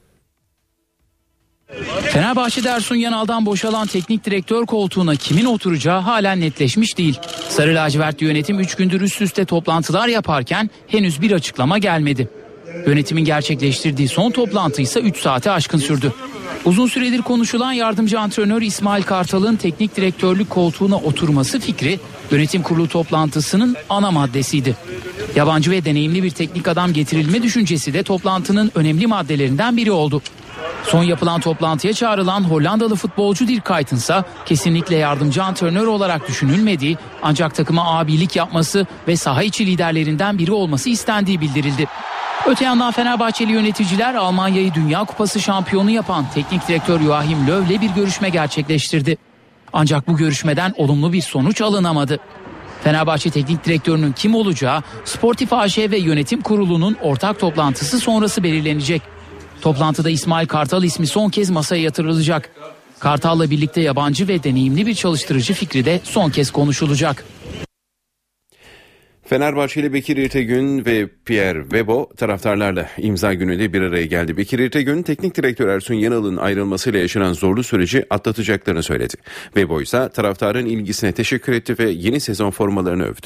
Fenerbahçe'de Ersun Yanal'dan boşalan teknik direktör koltuğuna kimin oturacağı halen netleşmiş değil. Sarı lacivert yönetim 3 gündür üst üste toplantılar yaparken henüz bir açıklama gelmedi. Yönetimin gerçekleştirdiği son toplantı ise 3 saate aşkın sürdü. Uzun süredir konuşulan yardımcı antrenör İsmail Kartal'ın teknik direktörlük koltuğuna oturması fikri yönetim kurulu toplantısının ana maddesiydi. Yabancı ve deneyimli bir teknik adam getirilme düşüncesi de toplantının önemli maddelerinden biri oldu. Son yapılan toplantıya çağrılan Hollandalı futbolcu Dirk Kuyt ise kesinlikle yardımcı antrenör olarak düşünülmediği, ancak takıma abilik yapması ve saha içi liderlerinden biri olması istendiği bildirildi. Öte yandan Fenerbahçeli yöneticiler Almanya'yı Dünya Kupası şampiyonu yapan teknik direktör Joachim Löw'le bir görüşme gerçekleştirdi. Ancak bu görüşmeden olumlu bir sonuç alınamadı. Fenerbahçe Teknik Direktörünün kim olacağı Sportif AŞ ve Yönetim Kurulu'nun ortak toplantısı sonrası belirlenecek. Toplantıda İsmail Kartal ismi son kez masaya yatırılacak. Kartal'la birlikte yabancı ve deneyimli bir çalıştırıcı fikri de son kez konuşulacak. Fenerbahçeli Bekir İrtegün ve Pierre Webo taraftarlarla imza gününde bir araya geldi. Bekir İrtegün, teknik direktör Ersun Yanal'ın ayrılmasıyla yaşanan zorlu süreci atlatacaklarını söyledi. Webo ise taraftarın ilgisine teşekkür etti ve yeni sezon formalarını övdü.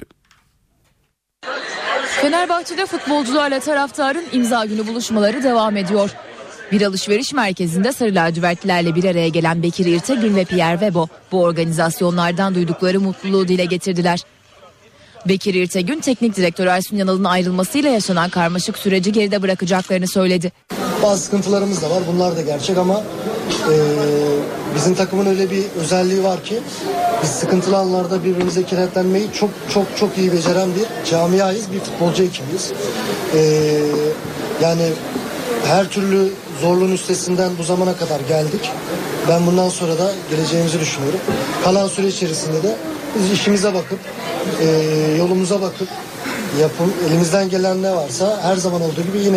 Fenerbahçe'de futbolcularla taraftarın imza günü buluşmaları devam ediyor. Bir alışveriş merkezinde sarı lacivertlilerle bir araya gelen Bekir İrtegün ve Pierre Webo bu organizasyonlardan duydukları mutluluğu dile getirdiler. Bekir İrtegün, teknik direktör Ersun Yanal'ın ayrılmasıyla yaşanan karmaşık süreci geride bırakacaklarını söyledi. Bazı sıkıntılarımız da var, bunlar da gerçek ama bizim takımın öyle bir özelliği var ki biz sıkıntılı anlarda birbirimize kenetlenmeyi çok iyi beceren bir camiayız, bir futbolcu ekibiyiz. Yani her türlü zorluğun üstesinden bu zamana kadar geldik. Ben bundan sonra da geleceğimizi düşünüyorum. Kalan süre içerisinde de biz işimize bakıp, yolumuza bakıp elimizden gelen ne varsa her zaman olduğu gibi yine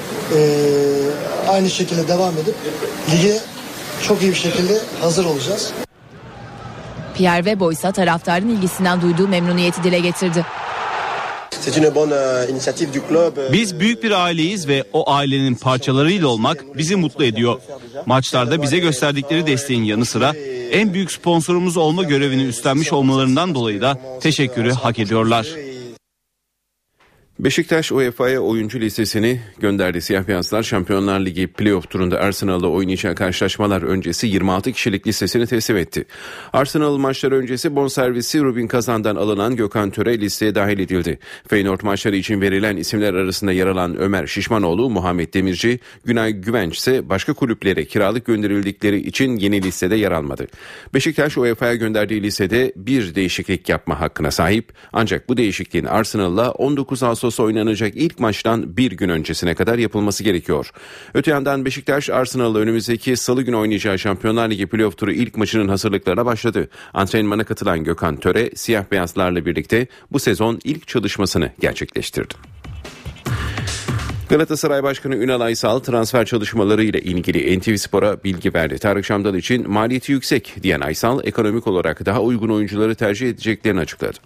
aynı şekilde devam edip lige çok iyi bir şekilde hazır olacağız. Pierre Webo ise taraftarın ilgisinden duyduğu memnuniyeti dile getirdi. Biz büyük bir aileyiz ve o ailenin parçalarıyla olmak bizi mutlu ediyor. Maçlarda bize gösterdikleri desteğin yanı sıra en büyük sponsorumuz olma görevini üstlenmiş olmalarından dolayı da teşekkürü hak ediyorlar. Beşiktaş UEFA'ya oyuncu listesini gönderdi. Siyah beyazlar Şampiyonlar Ligi playoff turunda Arsenal'la oynayacağı karşılaşmalar öncesi 26 kişilik listesini teslim etti. Arsenal maçları öncesi bonservisi Rubin Kazan'dan alınan Gökhan Töre listeye dahil edildi. Feyenoord maçları için verilen isimler arasında yer alan Ömer Şişmanoğlu, Muhammed Demirci, Günay Güvenç ise başka kulüplere kiralık gönderildikleri için yeni listede yer almadı. Beşiktaş UEFA'ya gönderdiği listede bir değişiklik yapma hakkına sahip, ancak bu değişikliğin Arsenal'la 19 Ağustos oynanacak ilk maçtan bir gün öncesine kadar yapılması gerekiyor. Öte yandan Beşiktaş Arsenal'la önümüzdeki salı günü oynayacağı Şampiyonlar Ligi playoff turu ilk maçının hazırlıklarına başladı. Antrenmana katılan Gökhan Töre siyah beyazlarla birlikte bu sezon ilk çalışmasını gerçekleştirdi. Galatasaray Başkanı Ünal Aysal transfer çalışmaları ile ilgili NTV Spor'a bilgi verdi. Tarık Şamdal için maliyeti yüksek diyen Aysal, ekonomik olarak daha uygun oyuncuları tercih edeceklerini açıkladı.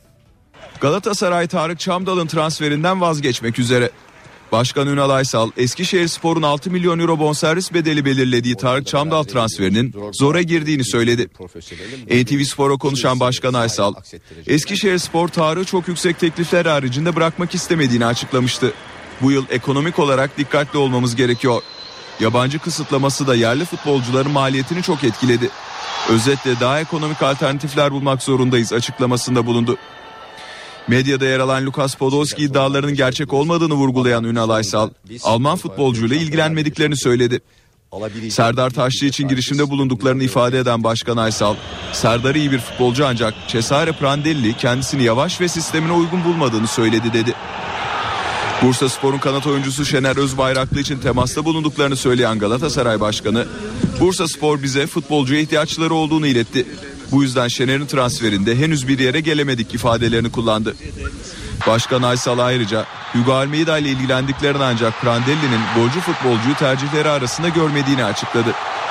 Galatasaray Tarık Şamdal'ın transferinden vazgeçmek üzere. Başkan Ünal Aysal, Eskişehirspor'un 6 milyon euro bonservis bedeli belirlediği Tarık Şamdal transferinin zora girdiğini söyledi. NTV Spor'a konuşan Başkan Aysal, Eskişehirspor Tarık'ı çok yüksek teklifler haricinde bırakmak istemediğini açıklamıştı. Bu yıl ekonomik olarak dikkatli olmamız gerekiyor. Yabancı kısıtlaması da yerli futbolcuların maliyetini çok etkiledi. Özetle daha ekonomik alternatifler bulmak zorundayız açıklamasında bulundu. Medyada yer alan Lukas Podolski iddialarının gerçek olmadığını vurgulayan Ünal Aysal, Alman futbolcuyla ilgilenmediklerini söyledi. Serdar Taşçı için girişimde bulunduklarını ifade eden Başkan Aysal, Serdar iyi bir futbolcu ancak Cesare Prandelli kendisini yavaş ve sistemine uygun bulmadığını söyledi dedi. Bursaspor'un kanat oyuncusu Şener Özbayraklı için temasta bulunduklarını söyleyen Galatasaray Başkanı, Bursaspor bize futbolcuya ihtiyaçları olduğunu iletti. Bu yüzden Şener'in transferinde henüz bir yere gelemedik ifadelerini kullandı. Başkan Aysal ayrıca Hugo Almeida ile ilgilendiklerini ancak Prandelli'nin golcü futbolcuyu tercihleri arasında görmediğini açıkladı.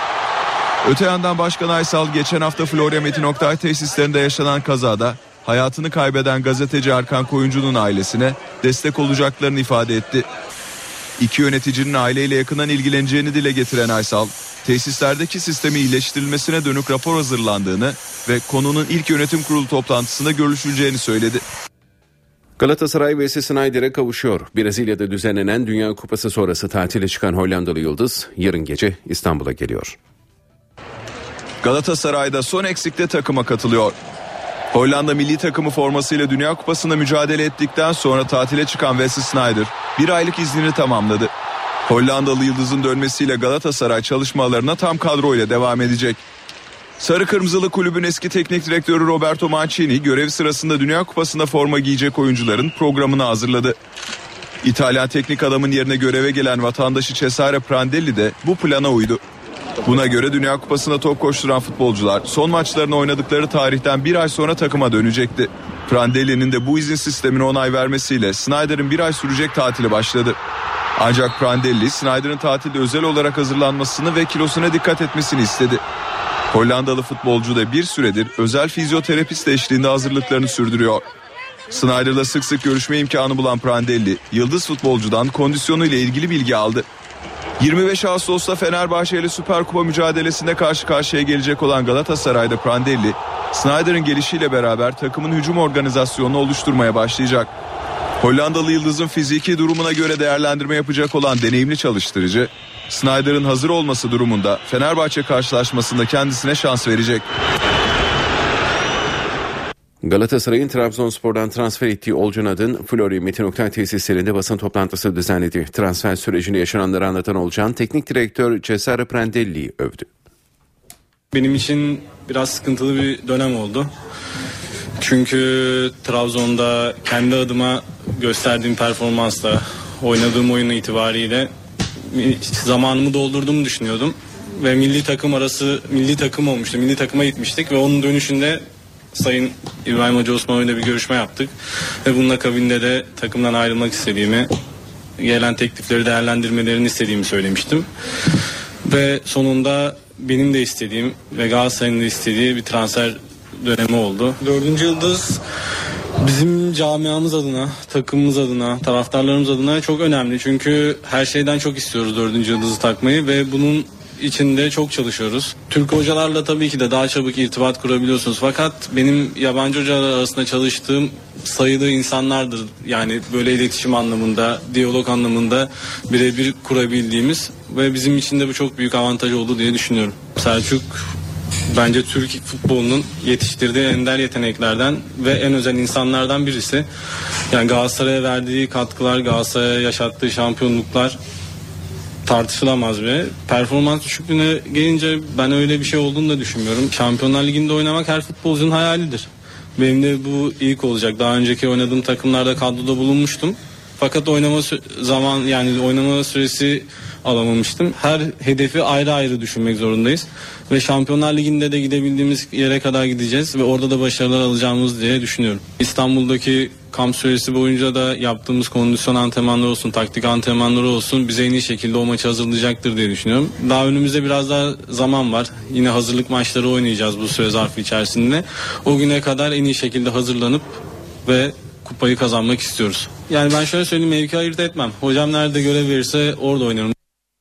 Öte yandan Başkan Aysal geçen hafta Florya Metin Oktay tesislerinde yaşanan kazada hayatını kaybeden gazeteci Erkan Koyuncu'nun ailesine destek olacaklarını ifade etti. İki yöneticinin aileyle yakından ilgileneceğini dile getiren Aysal, tesislerdeki sistemi iyileştirilmesine dönük rapor hazırlandığını ve konunun ilk yönetim kurulu toplantısında görüşüleceğini söyledi. Galatasaray Wesley Sneijder'e kavuşuyor. Brezilya'da düzenlenen Dünya Kupası sonrası tatile çıkan Hollandalı yıldız yarın gece İstanbul'a geliyor. Galatasaray'da son eksikte takıma katılıyor. Hollanda milli takımı formasıyla Dünya Kupası'nda mücadele ettikten sonra tatile çıkan Wesley Sneijder bir aylık iznini tamamladı. Hollandalı yıldızın dönmesiyle Galatasaray çalışmalarına tam kadroyla devam edecek. Sarı Kırmızılı kulübün eski teknik direktörü Roberto Mancini görev sırasında Dünya Kupası'nda forma giyecek oyuncuların programını hazırladı. İtalyan teknik adamın yerine göreve gelen vatandaşı Cesare Prandelli de bu plana uydu. Buna göre Dünya Kupası'nda top koşturan futbolcular son maçlarını oynadıkları tarihten bir ay sonra takıma dönecekti. Prandelli'nin de bu izin sistemine onay vermesiyle Sneijder'in bir ay sürecek tatili başladı. Ancak Prandelli, Sneijder'in tatilde özel olarak hazırlanmasını ve kilosuna dikkat etmesini istedi. Hollandalı futbolcu da bir süredir özel fizyoterapist eşliğinde hazırlıklarını sürdürüyor. Sneijder'la sık sık görüşme imkanı bulan Prandelli, yıldız futbolcudan kondisyonuyla ilgili bilgi aldı. 25 Ağustos'ta Fenerbahçe ile Süper Kupa mücadelesinde karşı karşıya gelecek olan Galatasaray'da Prandelli, Sneijder'in gelişiyle beraber takımın hücum organizasyonunu oluşturmaya başlayacak. Hollandalı yıldızın fiziki durumuna göre değerlendirme yapacak olan deneyimli çalıştırıcı, Sneijder'in hazır olması durumunda Fenerbahçe karşılaşmasında kendisine şans verecek. Galatasaray'ın Trabzonspor'dan transfer ettiği Olcan Adın, Flori Metin Oktay tesislerinde basın toplantısı düzenledi. Transfer sürecinde yaşananları anlatan Olcan, teknik direktör Cesare Prandelli'yi övdü. Benim için biraz sıkıntılı bir dönem oldu. Çünkü Trabzon'da kendi adıma gösterdiğim performansla, oynadığım oyun itibariyle zamanımı doldurduğumu düşünüyordum. Ve milli takım olmuştu. Milli takıma gitmiştik ve onun dönüşünde Sayın İbrahim Hoca Osmanoğlu'yla bir görüşme yaptık. Ve bunun akabinde de takımdan ayrılmak istediğimi, gelen teklifleri değerlendirmelerini istediğimi söylemiştim. Ve sonunda benim de istediğim ve Galatasaray'ın da istediği bir transfer dönemi oldu. 4. yıldız bizim camiamız adına, takımımız adına, taraftarlarımız adına çok önemli. Çünkü her şeyden çok istiyoruz 4. yıldızı takmayı ve bunun içinde çok çalışıyoruz. Türk hocalarla tabii ki de daha çabuk irtibat kurabiliyorsunuz. Fakat benim yabancı hocalar arasında çalıştığım sayılı insanlardır. Yani böyle iletişim anlamında, diyalog anlamında birebir kurabildiğimiz ve bizim için de bu çok büyük avantaj oldu diye düşünüyorum. Selçuk bence Türk futbolunun yetiştirdiği ender yeteneklerden ve en özel insanlardan birisi. Yani Galatasaray'a verdiği katkılar, Galatasaray'a yaşattığı şampiyonluklar tartışılamaz ve performans düşüklüğüne gelince ben öyle bir şey olduğunu da düşünmüyorum. Şampiyonlar Ligi'nde oynamak her futbolcunun hayalidir. Benim de bu ilk olacak. Daha önceki oynadığım takımlarda kadroda bulunmuştum. Fakat oynama süresi alamamıştım. Her hedefi ayrı ayrı düşünmek zorundayız. Ve Şampiyonlar Ligi'nde de gidebildiğimiz yere kadar gideceğiz ve orada da başarılar alacağımız diye düşünüyorum. İstanbul'daki kamp süresi boyunca da yaptığımız kondisyon antrenmanları olsun, taktik antrenmanları olsun bize en iyi şekilde o maçı hazırlayacaktır diye düşünüyorum. Daha önümüzde biraz daha zaman var. Yine hazırlık maçları oynayacağız bu süre zarfı içerisinde. O güne kadar en iyi şekilde hazırlanıp ve kupayı kazanmak istiyoruz. Yani ben şöyle söyleyeyim, mevki ayırt etmem. Hocam nerede görev verirse orada oynarım.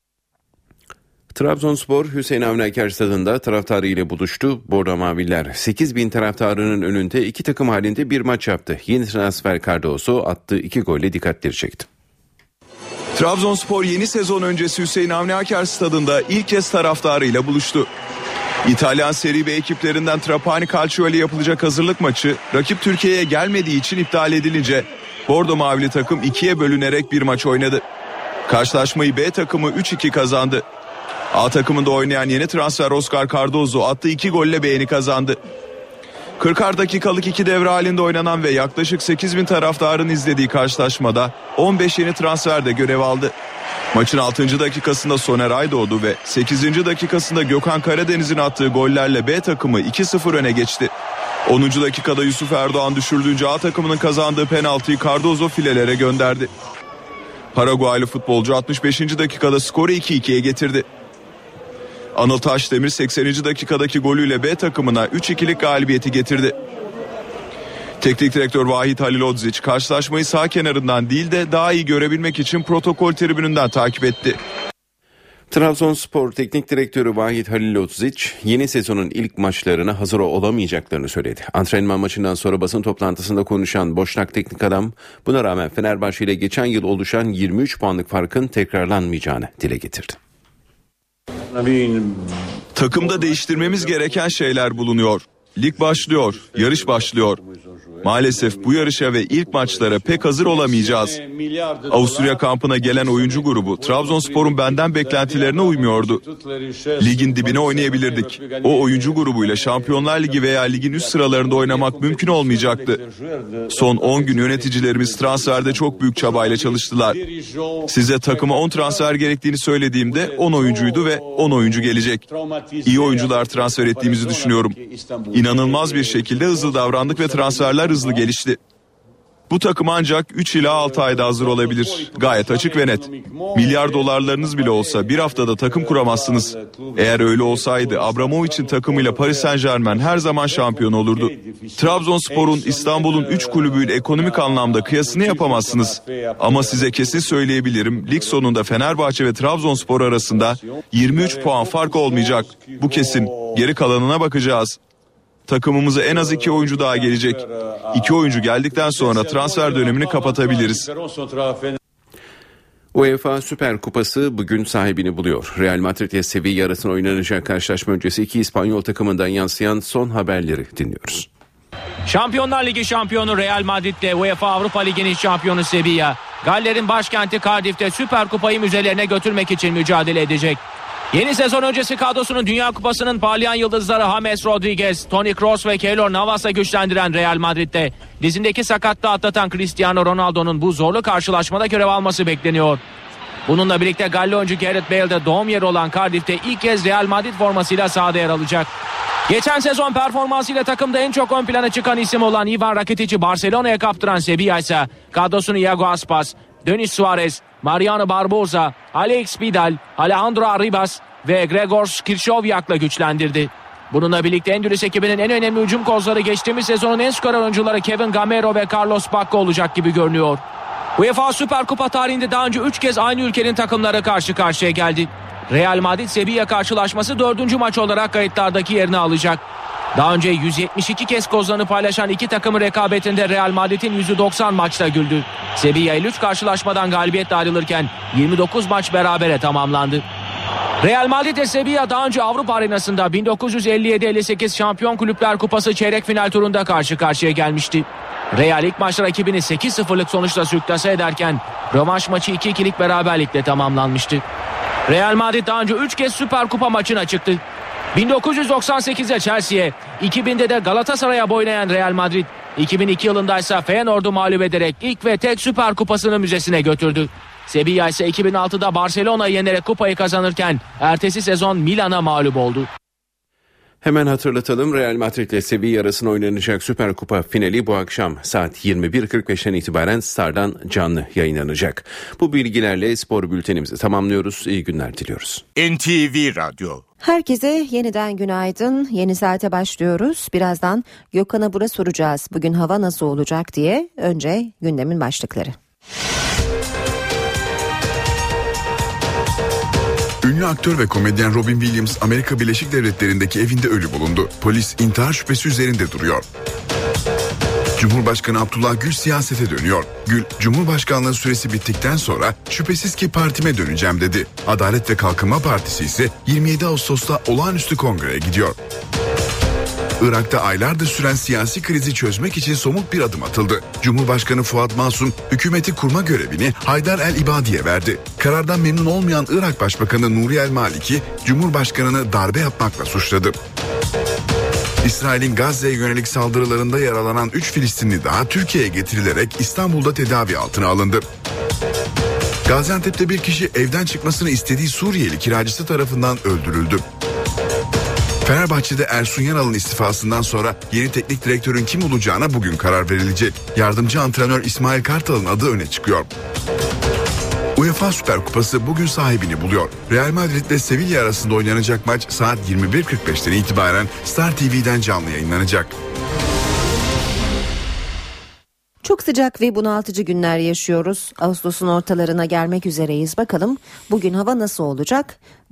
Trabzonspor Hüseyin Avni Aker stadında taraftarı ile buluştu. Bordo Maviller 8.000 taraftarının önünde iki takım halinde bir maç yaptı. Yeni transfer Cardoso attığı 2 golle dikkatleri çekti. Trabzonspor yeni sezon öncesi Hüseyin Avni Aker stadında ilk kez taraftarıyla buluştu. İtalyan Serie B ekiplerinden Trapani Calcio ile yapılacak hazırlık maçı rakip Türkiye'ye gelmediği için iptal edilince Bordo Mavili takım 2'ye bölünerek bir maç oynadı. Karşılaşmayı B takımı 3-2 kazandı. A takımında oynayan yeni transfer Oscar Cardozo attığı 2 golle beğeni kazandı. 40'ar dakikalık 2 devre halinde oynanan ve yaklaşık 8.000 taraftarın izlediği karşılaşmada 15 yeni transfer de görev aldı. Maçın 6. dakikasında Soner Aydoğdu ve 8. dakikasında Gökhan Karadeniz'in attığı gollerle B takımı 2-0 öne geçti. 10. dakikada Yusuf Erdoğan düşürülünce A takımının kazandığı penaltıyı Cardozo filelere gönderdi. Paraguaylı futbolcu 65. dakikada skoru 2-2'ye getirdi. Anıl Taşdemir 80. dakikadaki golüyle B takımına 3-2'lik galibiyeti getirdi. Teknik direktör Vahit Halilodzic karşılaşmayı sağ kenarından değil de daha iyi görebilmek için protokol tribününden takip etti. Trabzonspor Teknik Direktörü Vahit Halilodzic yeni sezonun ilk maçlarına hazır olamayacaklarını söyledi. Antrenman maçından sonra basın toplantısında konuşan Boşnak teknik adam buna rağmen Fenerbahçe ile geçen yıl oluşan 23 puanlık farkın tekrarlanmayacağını dile getirdi. Takımda değiştirmemiz gereken şeyler bulunuyor. Lig başlıyor, yarış başlıyor. Maalesef bu yarışa ve ilk maçlara pek hazır olamayacağız. Avusturya kampına gelen oyuncu grubu Trabzonspor'un benden beklentilerine uymuyordu. Ligin dibine oynayabilirdik. O oyuncu grubuyla Şampiyonlar Ligi veya ligin üst sıralarında oynamak mümkün olmayacaktı. Son 10 gün yöneticilerimiz transferde çok büyük çabayla çalıştılar. Size takıma 10 transfer gerektiğini söylediğimde 10 oyuncuydu ve 10 oyuncu gelecek. İyi oyuncular transfer ettiğimizi düşünüyorum. İnanılmaz bir şekilde hızlı davrandık ve transferler hızlı gelişti. Bu takım ancak 3 ila 6 ayda hazır olabilir. Gayet açık ve net. Milyar dolarlarınız bile olsa bir haftada takım kuramazsınız. Eğer öyle olsaydı Abramovich'in takımıyla Paris Saint-Germain her zaman şampiyon olurdu. Trabzonspor'un İstanbul'un 3 kulübüyle ekonomik anlamda kıyasını yapamazsınız. Ama size kesin söyleyebilirim, lig sonunda Fenerbahçe ve Trabzonspor arasında 23 puan fark olmayacak. Bu kesin. Geri kalanına bakacağız. Takımımıza en az 2 oyuncu daha gelecek. 2 oyuncu geldikten sonra transfer dönemini kapatabiliriz. UEFA Süper Kupası bugün sahibini buluyor. Real Madrid ile Sevilla arasında oynanacak karşılaşma öncesi 2 İspanyol takımından yansıyan son haberleri dinliyoruz. Şampiyonlar Ligi şampiyonu Real Madrid ile UEFA Avrupa Ligi'nin şampiyonu Sevilla, Galler'in başkenti Cardiff'te Süper Kupayı müzelerine götürmek için mücadele edecek. Yeni sezon öncesi kadrosunu Dünya Kupası'nın parlayan yıldızları James Rodriguez, Toni Kroos ve Keylor Navas'a güçlendiren Real Madrid'de dizindeki sakatlığı atlatan Cristiano Ronaldo'nun bu zorlu karşılaşmada görev alması bekleniyor. Bununla birlikte Galli oyuncu Gareth Bale de doğum yeri olan Cardiff'te ilk kez Real Madrid formasıyla sahada yer alacak. Geçen sezon performansıyla takımda en çok ön plana çıkan isim olan Ivan Rakitic'i Barcelona'ya kaptıran Sevilla ise kadrosunu Iago Aspas, Denis Suarez, Mariano Barbosa, Alex Vidal, Alejandro Arribas ve Gregor Skrichowiak'la güçlendirdi. Bununla birlikte Endülüs ekibinin en önemli hücum kozları geçtiğimiz sezonun en skorer oyuncuları Kevin Gamero ve Carlos Bacca olacak gibi görünüyor. UEFA Süper Kupa tarihinde daha önce 3 kez aynı ülkenin takımları karşı karşıya geldi. Real Madrid-Sevilla karşılaşması 4. maç olarak kayıtlardaki yerini alacak. Daha önce 172 kez kozlarını paylaşan iki takımın rekabetinde Real Madrid'in %90 maçta güldü. Sevilla ile 3 karşılaşmadan galibiyetle ayrılırken 29 maç berabere tamamlandı. Real Madrid ve Sevilla daha önce Avrupa arenasında 1957-58 Şampiyon Kulüpler Kupası çeyrek final turunda karşı karşıya gelmişti. Real ilk maçta rakibini 8-0'lık sonuçla sürklase ederken rövanş maçı 2-2'lik beraberlikle tamamlanmıştı. Real Madrid daha önce 3 kez Süper Kupa maçına çıktı. 1998'de Chelsea'ye, 2000'de de Galatasaray'a boylayan Real Madrid, 2002 yılında ise Feyenoord'u mağlup ederek ilk ve tek Süper Kupası'nı müzesine götürdü. Sevilla ise 2006'da Barcelona'yı yenerek kupayı kazanırken ertesi sezon Milan'a mağlup oldu. Hemen hatırlatalım, Real Madrid ile Sevilla arasında oynanacak Süper Kupa finali bu akşam saat 21.45'ten itibaren Star'dan canlı yayınlanacak. Bu bilgilerle spor bültenimizi tamamlıyoruz. İyi günler diliyoruz. NTV Radyo. Herkese yeniden günaydın. Yeni saate başlıyoruz. Birazdan Gökhan'a bura soracağız. Bugün hava nasıl olacak diye. Önce gündemin başlıkları. Ünlü aktör ve komedyen Robin Williams Amerika Birleşik Devletleri'ndeki evinde ölü bulundu. Polis intihar şüphesi üzerinde duruyor. Cumhurbaşkanı Abdullah Gül siyasete dönüyor. Gül, Cumhurbaşkanlığı süresi bittikten sonra şüphesiz ki partime döneceğim dedi. Adalet ve Kalkınma Partisi ise 27 Ağustos'ta olağanüstü kongreye gidiyor. Irak'ta aylardır süren siyasi krizi çözmek için somut bir adım atıldı. Cumhurbaşkanı Fuat Masum hükümeti kurma görevini Haydar el-İbadi'ye verdi. Karardan memnun olmayan Irak Başbakanı Nuri el-Maliki, Cumhurbaşkanı'nı darbe yapmakla suçladı. İsrail'in Gazze'ye yönelik saldırılarında yaralanan 3 Filistinli daha Türkiye'ye getirilerek İstanbul'da tedavi altına alındı. Gaziantep'te bir kişi evden çıkmasını istediği Suriyeli kiracısı tarafından öldürüldü. Fenerbahçe'de Ersun Yanal'ın istifasından sonra yeni teknik direktörün kim olacağına bugün karar verilecek. Yardımcı antrenör İsmail Kartal'ın adı öne çıkıyor. UEFA Süper Kupası bugün sahibini buluyor. Real Madrid ile Sevilla arasında oynanacak maç saat 21.45'ten itibaren Star TV'den canlı yayınlanacak. Çok sıcak ve bunaltıcı günler yaşıyoruz. Ağustos'un ortalarına gelmek üzereyiz. Bakalım bugün hava nasıl olacak?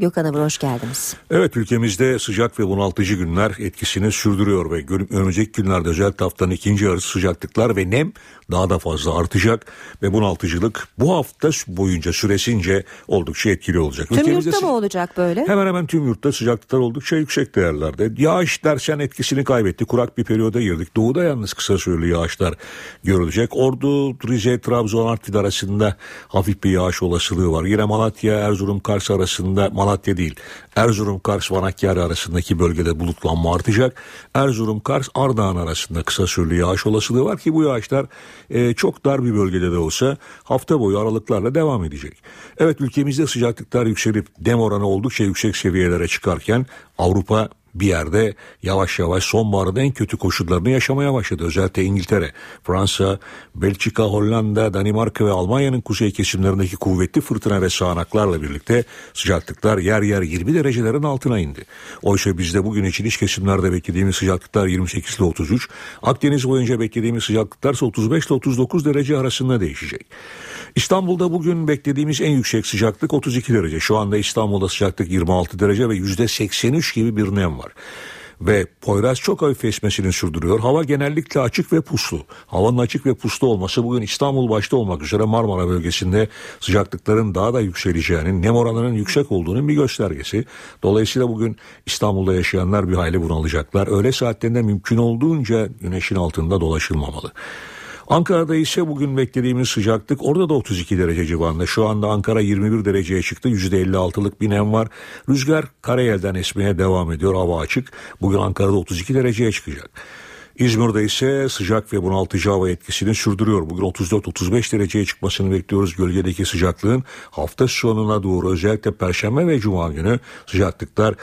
Gökhan Abur, hoş geldiniz. Evet, ülkemizde sıcak ve bunaltıcı günler etkisini sürdürüyor ve önümüzdeki günlerde özellikle haftanın ikinci yarısı sıcaklıklar ve nem daha da fazla artacak ve bunaltıcılık bu hafta boyunca süresince oldukça etkili olacak. Tüm yurtta mı olacak böyle? Hemen hemen tüm yurtta sıcaklıklar oldukça yüksek değerlerde. Yağış dersen etkisini kaybetti. Kurak bir periyoda girdik. Doğuda yalnız kısa süreli yağışlar görülecek. Ordu, Rize, Trabzon, Artvin arasında hafif bir yağış olasılığı var. Yine Malatya, Erzurum, Kars arasında, Malatya değil, Erzurum, Kars, Van Hakkari arasındaki bölgede bulutlanma artacak. Erzurum, Kars, Ardahan arasında kısa süreli yağış olasılığı var ki bu yağışlar çok dar bir bölgede de olsa hafta boyu aralıklarla devam edecek. Evet, ülkemizde sıcaklıklar yükselip nem oranı oldukça yüksek seviyelere çıkarken Avrupa bir yerde yavaş yavaş sonbaharda en kötü koşullarını yaşamaya başladı. Özellikle İngiltere, Fransa, Belçika, Hollanda, Danimarka ve Almanya'nın kuzey kesimlerindeki kuvvetli fırtına ve sağanaklarla birlikte sıcaklıklar yer yer 20 derecelerin altına indi. Oysa bizde bugün için iç kesimlerde beklediğimiz sıcaklıklar 28 ile 33, Akdeniz boyunca beklediğimiz sıcaklıklar ise 35 ile 39 derece arasında değişecek. İstanbul'da bugün beklediğimiz en yüksek sıcaklık 32 derece. Şu anda İstanbul'da sıcaklık 26 derece ve %83 gibi bir nem var. Ve Poyraz çok hafif esmesini sürdürüyor. Hava genellikle açık ve puslu. Havanın açık ve puslu olması bugün İstanbul başta olmak üzere Marmara bölgesinde sıcaklıkların daha da yükseleceğinin, nem oranının yüksek olduğunun bir göstergesi. Dolayısıyla bugün İstanbul'da yaşayanlar bir hayli bunalacaklar. Öğle saatlerinde mümkün olduğunca güneşin altında dolaşılmamalı. Ankara'da ise bugün beklediğimiz sıcaklık orada da 32 derece civarında. Şu anda Ankara 21 dereceye çıktı. %56'lık bir nem var. Rüzgar karayelden esmeye devam ediyor. Hava açık. Bugün Ankara'da 32 dereceye çıkacak. İzmir'de ise sıcak ve bunaltıcı hava etkisini sürdürüyor. Bugün 34-35 dereceye çıkmasını bekliyoruz gölgedeki sıcaklığın. Hafta sonuna doğru özellikle Perşembe ve Cuma günü sıcaklıklar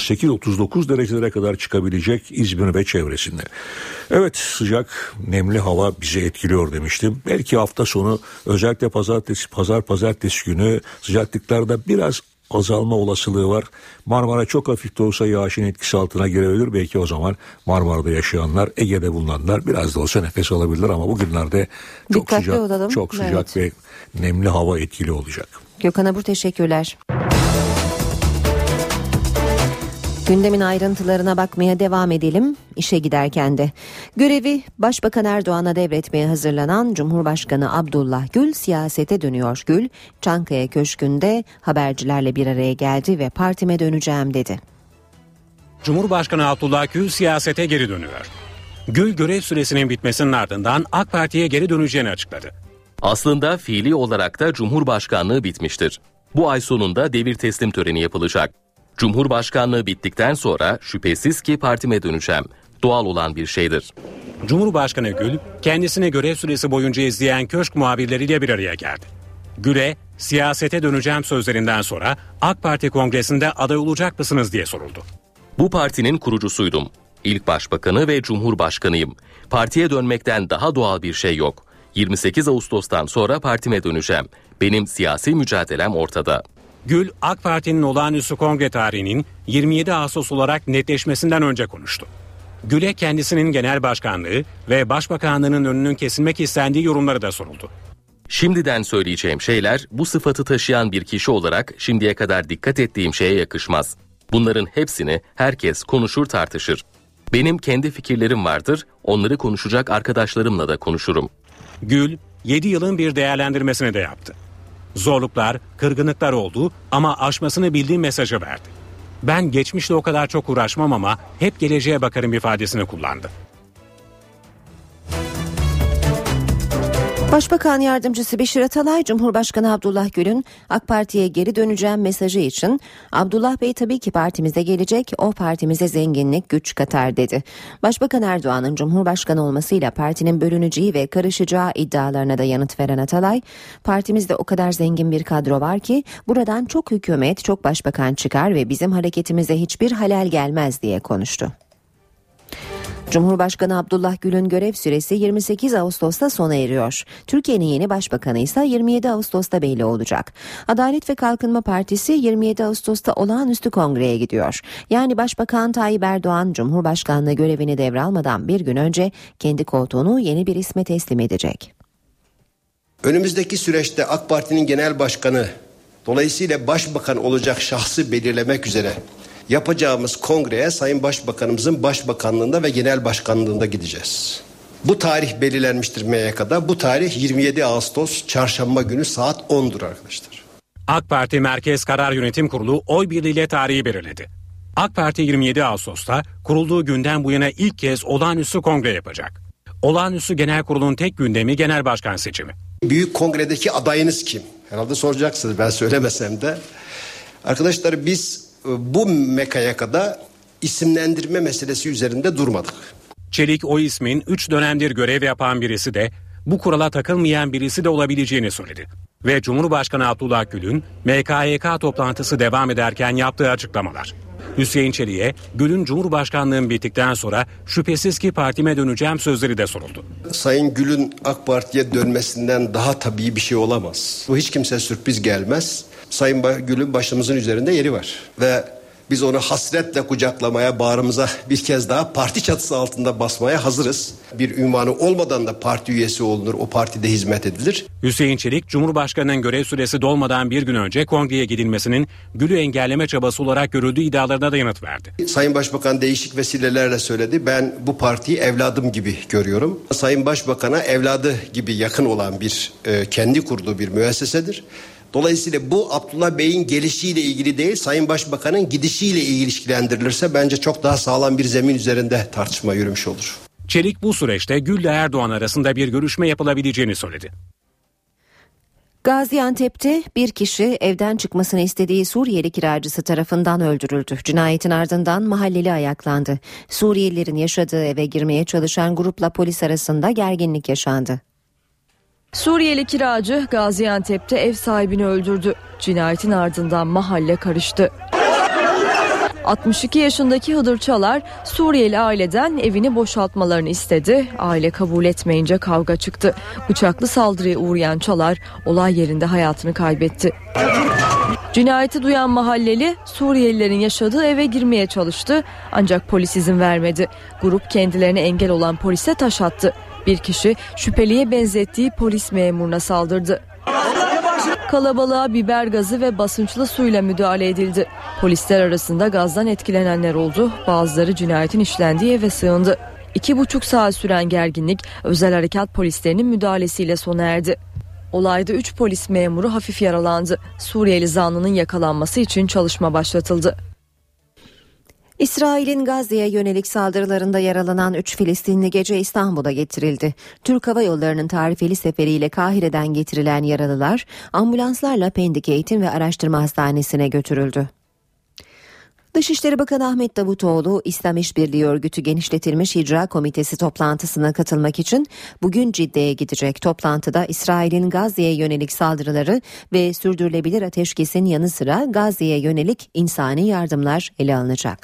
38-39 derecelere kadar çıkabilecek İzmir ve çevresinde. Evet, sıcak, nemli hava bizi etkiliyor demiştim. Belki hafta sonu özellikle pazartesi günü sıcaklıklarda biraz azalma olasılığı var. Marmara çok hafif de olsa yağışın etkisi altına girebilir. Belki o zaman Marmara'da yaşayanlar, Ege'de bulunanlar biraz da olsa nefes alabilirler ama bugünlerde çok dikkatli sıcak, olalım. çok sıcak ve nemli hava etkili olacak. Gökhan Abur, teşekkürler. Gündemin ayrıntılarına bakmaya devam edelim. İşe giderken de. Görevi Başbakan Erdoğan'a devretmeye hazırlanan Cumhurbaşkanı Abdullah Gül siyasete dönüyor. Gül, Çankaya Köşkü'nde habercilerle bir araya geldi ve partime döneceğim dedi. Cumhurbaşkanı Abdullah Gül siyasete geri dönüyor. Gül görev süresinin bitmesinin ardından AK Parti'ye geri döneceğini açıkladı. Aslında fiili olarak da Cumhurbaşkanlığı bitmiştir. Bu ay sonunda devir teslim töreni yapılacak. Cumhurbaşkanlığı bittikten sonra şüphesiz ki partime döneceğim. Doğal olan bir şeydir. Cumhurbaşkanı Gül, kendisini görev süresi boyunca izleyen köşk muhabirleriyle bir araya geldi. Gül'e siyasete döneceğim sözlerinden sonra AK Parti kongresinde aday olacak mısınız diye soruldu. Bu partinin kurucusuydum. İlk başbakanı ve cumhurbaşkanıyım. Partiye dönmekten daha doğal bir şey yok. 28 Ağustos'tan sonra partime döneceğim. Benim siyasi mücadelem ortada. Gül, AK Parti'nin olağanüstü kongre tarihinin 27 Ağustos olarak netleşmesinden önce konuştu. Gül'e kendisinin genel başkanlığı ve başbakanlığının önünün kesilmek istendiği yorumları da soruldu. Şimdiden söyleyeceğim şeyler bu sıfatı taşıyan bir kişi olarak şimdiye kadar dikkat ettiğim şeye yakışmaz. Bunların hepsini herkes konuşur tartışır. Benim kendi fikirlerim vardır, onları konuşacak arkadaşlarımla da konuşurum. Gül, 7 yılın bir değerlendirmesini de yaptı. Zorluklar, kırgınlıklar oldu ama aşmasını bildiğim mesajı verdi. Ben geçmişle o kadar çok uğraşmam ama hep geleceğe bakarım ifadesini kullandı. Başbakan Yardımcısı Beşir Atalay, Cumhurbaşkanı Abdullah Gül'ün AK Parti'ye geri döneceğim mesajı için "Abdullah Bey tabii ki partimize gelecek, o partimize zenginlik, güç katar" dedi. Başbakan Erdoğan'ın Cumhurbaşkanı olmasıyla partinin bölüneceği ve karışacağı iddialarına da yanıt veren Atalay, "Partimizde o kadar zengin bir kadro var ki buradan çok hükümet, çok başbakan çıkar ve bizim hareketimize hiçbir halel gelmez" diye konuştu. Cumhurbaşkanı Abdullah Gül'ün görev süresi 28 Ağustos'ta sona eriyor. Türkiye'nin yeni başbakanı ise 27 Ağustos'ta belli olacak. Adalet ve Kalkınma Partisi 27 Ağustos'ta olağanüstü kongreye gidiyor. Yani Başbakan Tayyip Erdoğan Cumhurbaşkanlığı görevini devralmadan bir gün önce kendi koltuğunu yeni bir isme teslim edecek. Önümüzdeki süreçte AK Parti'nin genel başkanı Dolayısıyla başbakan olacak şahsı belirlemek üzere yapacağımız kongreye Sayın Başbakanımızın başbakanlığında ve genel başkanlığında gideceğiz. Bu tarih belirlenmiştir MYK'da. Bu tarih 27 Ağustos çarşamba günü saat 10'dur arkadaşlar. AK Parti Merkez Karar Yönetim Kurulu oy birliğiyle tarihi belirledi. AK Parti 27 Ağustos'ta kurulduğu günden bu yana ilk kez olağanüstü kongre yapacak. Olağanüstü genel kurulun tek gündemi genel başkan seçimi. Büyük kongredeki adayınız kim? Herhalde soracaksınız, ben söylemesem de. Arkadaşlar biz bu MKYK'da isimlendirme meselesi üzerinde durmadık. Çelik o ismin 3 dönemdir görev yapan birisi de bu kurala takılmayan birisi de olabileceğini söyledi. Ve Cumhurbaşkanı Abdullah Gül'ün MKYK toplantısı devam ederken yaptığı açıklamalar. Hüseyin Çelik'e Gül'ün Cumhurbaşkanlığın bittikten sonra şüphesiz ki partime döneceğim sözleri de soruldu. Sayın Gül'ün AK Parti'ye dönmesinden daha tabii bir şey olamaz. Bu hiç kimseye sürpriz gelmez. Sayın Gül'ün başımızın üzerinde yeri var. Ve biz onu hasretle kucaklamaya, bağrımıza bir kez daha parti çatısı altında basmaya hazırız. Bir ünvanı olmadan da parti üyesi olunur, o partide hizmet edilir. Hüseyin Çelik, Cumhurbaşkanı'nın görev süresi dolmadan bir gün önce kongreye gidilmesinin Gül'ü engelleme çabası olarak görüldüğü iddialarına da yanıt verdi. Sayın Başbakan değişik vesilelerle söyledi. Ben bu partiyi evladım gibi görüyorum. Sayın Başbakan'a evladı gibi yakın olan bir kendi kurduğu bir müessesedir. Dolayısıyla bu Abdullah Bey'in gelişiyle ilgili değil, Sayın Başbakan'ın gidişiyle ilişkilendirilirse bence çok daha sağlam bir zemin üzerinde tartışma yürümüş olur. Çelik bu süreçte Gül ile Erdoğan arasında bir görüşme yapılabileceğini söyledi. Gaziantep'te bir kişi evden çıkmasını istediği Suriyeli kiracısı tarafından öldürüldü. Cinayetin ardından mahalleli ayaklandı. Suriyelilerin yaşadığı eve girmeye çalışan grupla polis arasında gerginlik yaşandı. Suriyeli kiracı Gaziantep'te ev sahibini öldürdü. Cinayetin ardından mahalle karıştı. 62 yaşındaki Hıdır Çalar Suriyeli aileden evini boşaltmalarını istedi. Aile kabul etmeyince kavga çıktı. Bıçaklı saldırıya uğrayan Çalar olay yerinde hayatını kaybetti. Cinayeti duyan mahalleli Suriyelilerin yaşadığı eve girmeye çalıştı. Ancak polis izin vermedi. Grup kendilerine engel olan polise taş attı. Bir kişi şüpheliye benzettiği polis memuruna saldırdı. Kalabalığa biber gazı ve basınçlı suyla müdahale edildi. Polisler arasında gazdan etkilenenler oldu. Bazıları cinayetin işlendiği eve sığındı. 2,5 saat süren gerginlik özel harekat polislerinin müdahalesiyle sona erdi. Olayda 3 polis memuru hafif yaralandı. Suriyeli zanlının yakalanması için çalışma başlatıldı. İsrail'in Gazze'ye yönelik saldırılarında yaralanan 3 Filistinli gece İstanbul'a getirildi. Türk Hava Yolları'nın tarifeli seferiyle Kahire'den getirilen yaralılar ambulanslarla Pendik Eğitim ve Araştırma Hastanesi'ne götürüldü. Dışişleri Bakanı Ahmet Davutoğlu, İslam İşbirliği Örgütü Genişletilmiş İcra Komitesi toplantısına katılmak için bugün Cidde'ye gidecek. Toplantıda İsrail'in Gazze'ye yönelik saldırıları ve sürdürülebilir ateşkesin yanı sıra Gazze'ye yönelik insani yardımlar ele alınacak.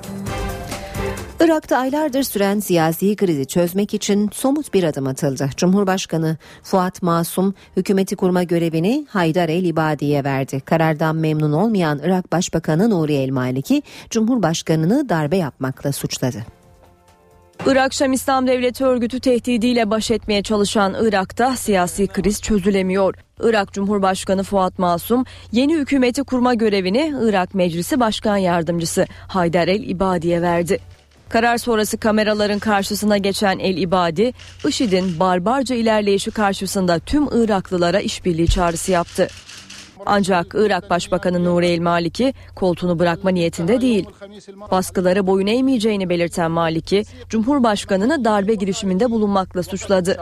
Irak'ta aylardır süren siyasi krizi çözmek için somut bir adım atıldı. Cumhurbaşkanı Fuat Masum hükümeti kurma görevini Haydar el-İbadi'ye verdi. Karardan memnun olmayan Irak Başbakanı Nuri el-Maliki Cumhurbaşkanını darbe yapmakla suçladı. Irak Şam İslam Devleti örgütü tehdidiyle baş etmeye çalışan Irak'ta siyasi kriz çözülemiyor. Irak Cumhurbaşkanı Fuat Masum yeni hükümeti kurma görevini Irak Meclisi Başkan Yardımcısı Haydar el-İbadi'ye verdi. Karar sonrası kameraların karşısına geçen el-İbadi, IŞİD'in barbarca ilerleyişi karşısında tüm Iraklılara işbirliği çağrısı yaptı. Ancak Irak Başbakanı Nuri el-Maliki koltuğunu bırakma niyetinde değil. Baskılara boyun eğmeyeceğini belirten Maliki, Cumhurbaşkanını darbe girişiminde bulunmakla suçladı.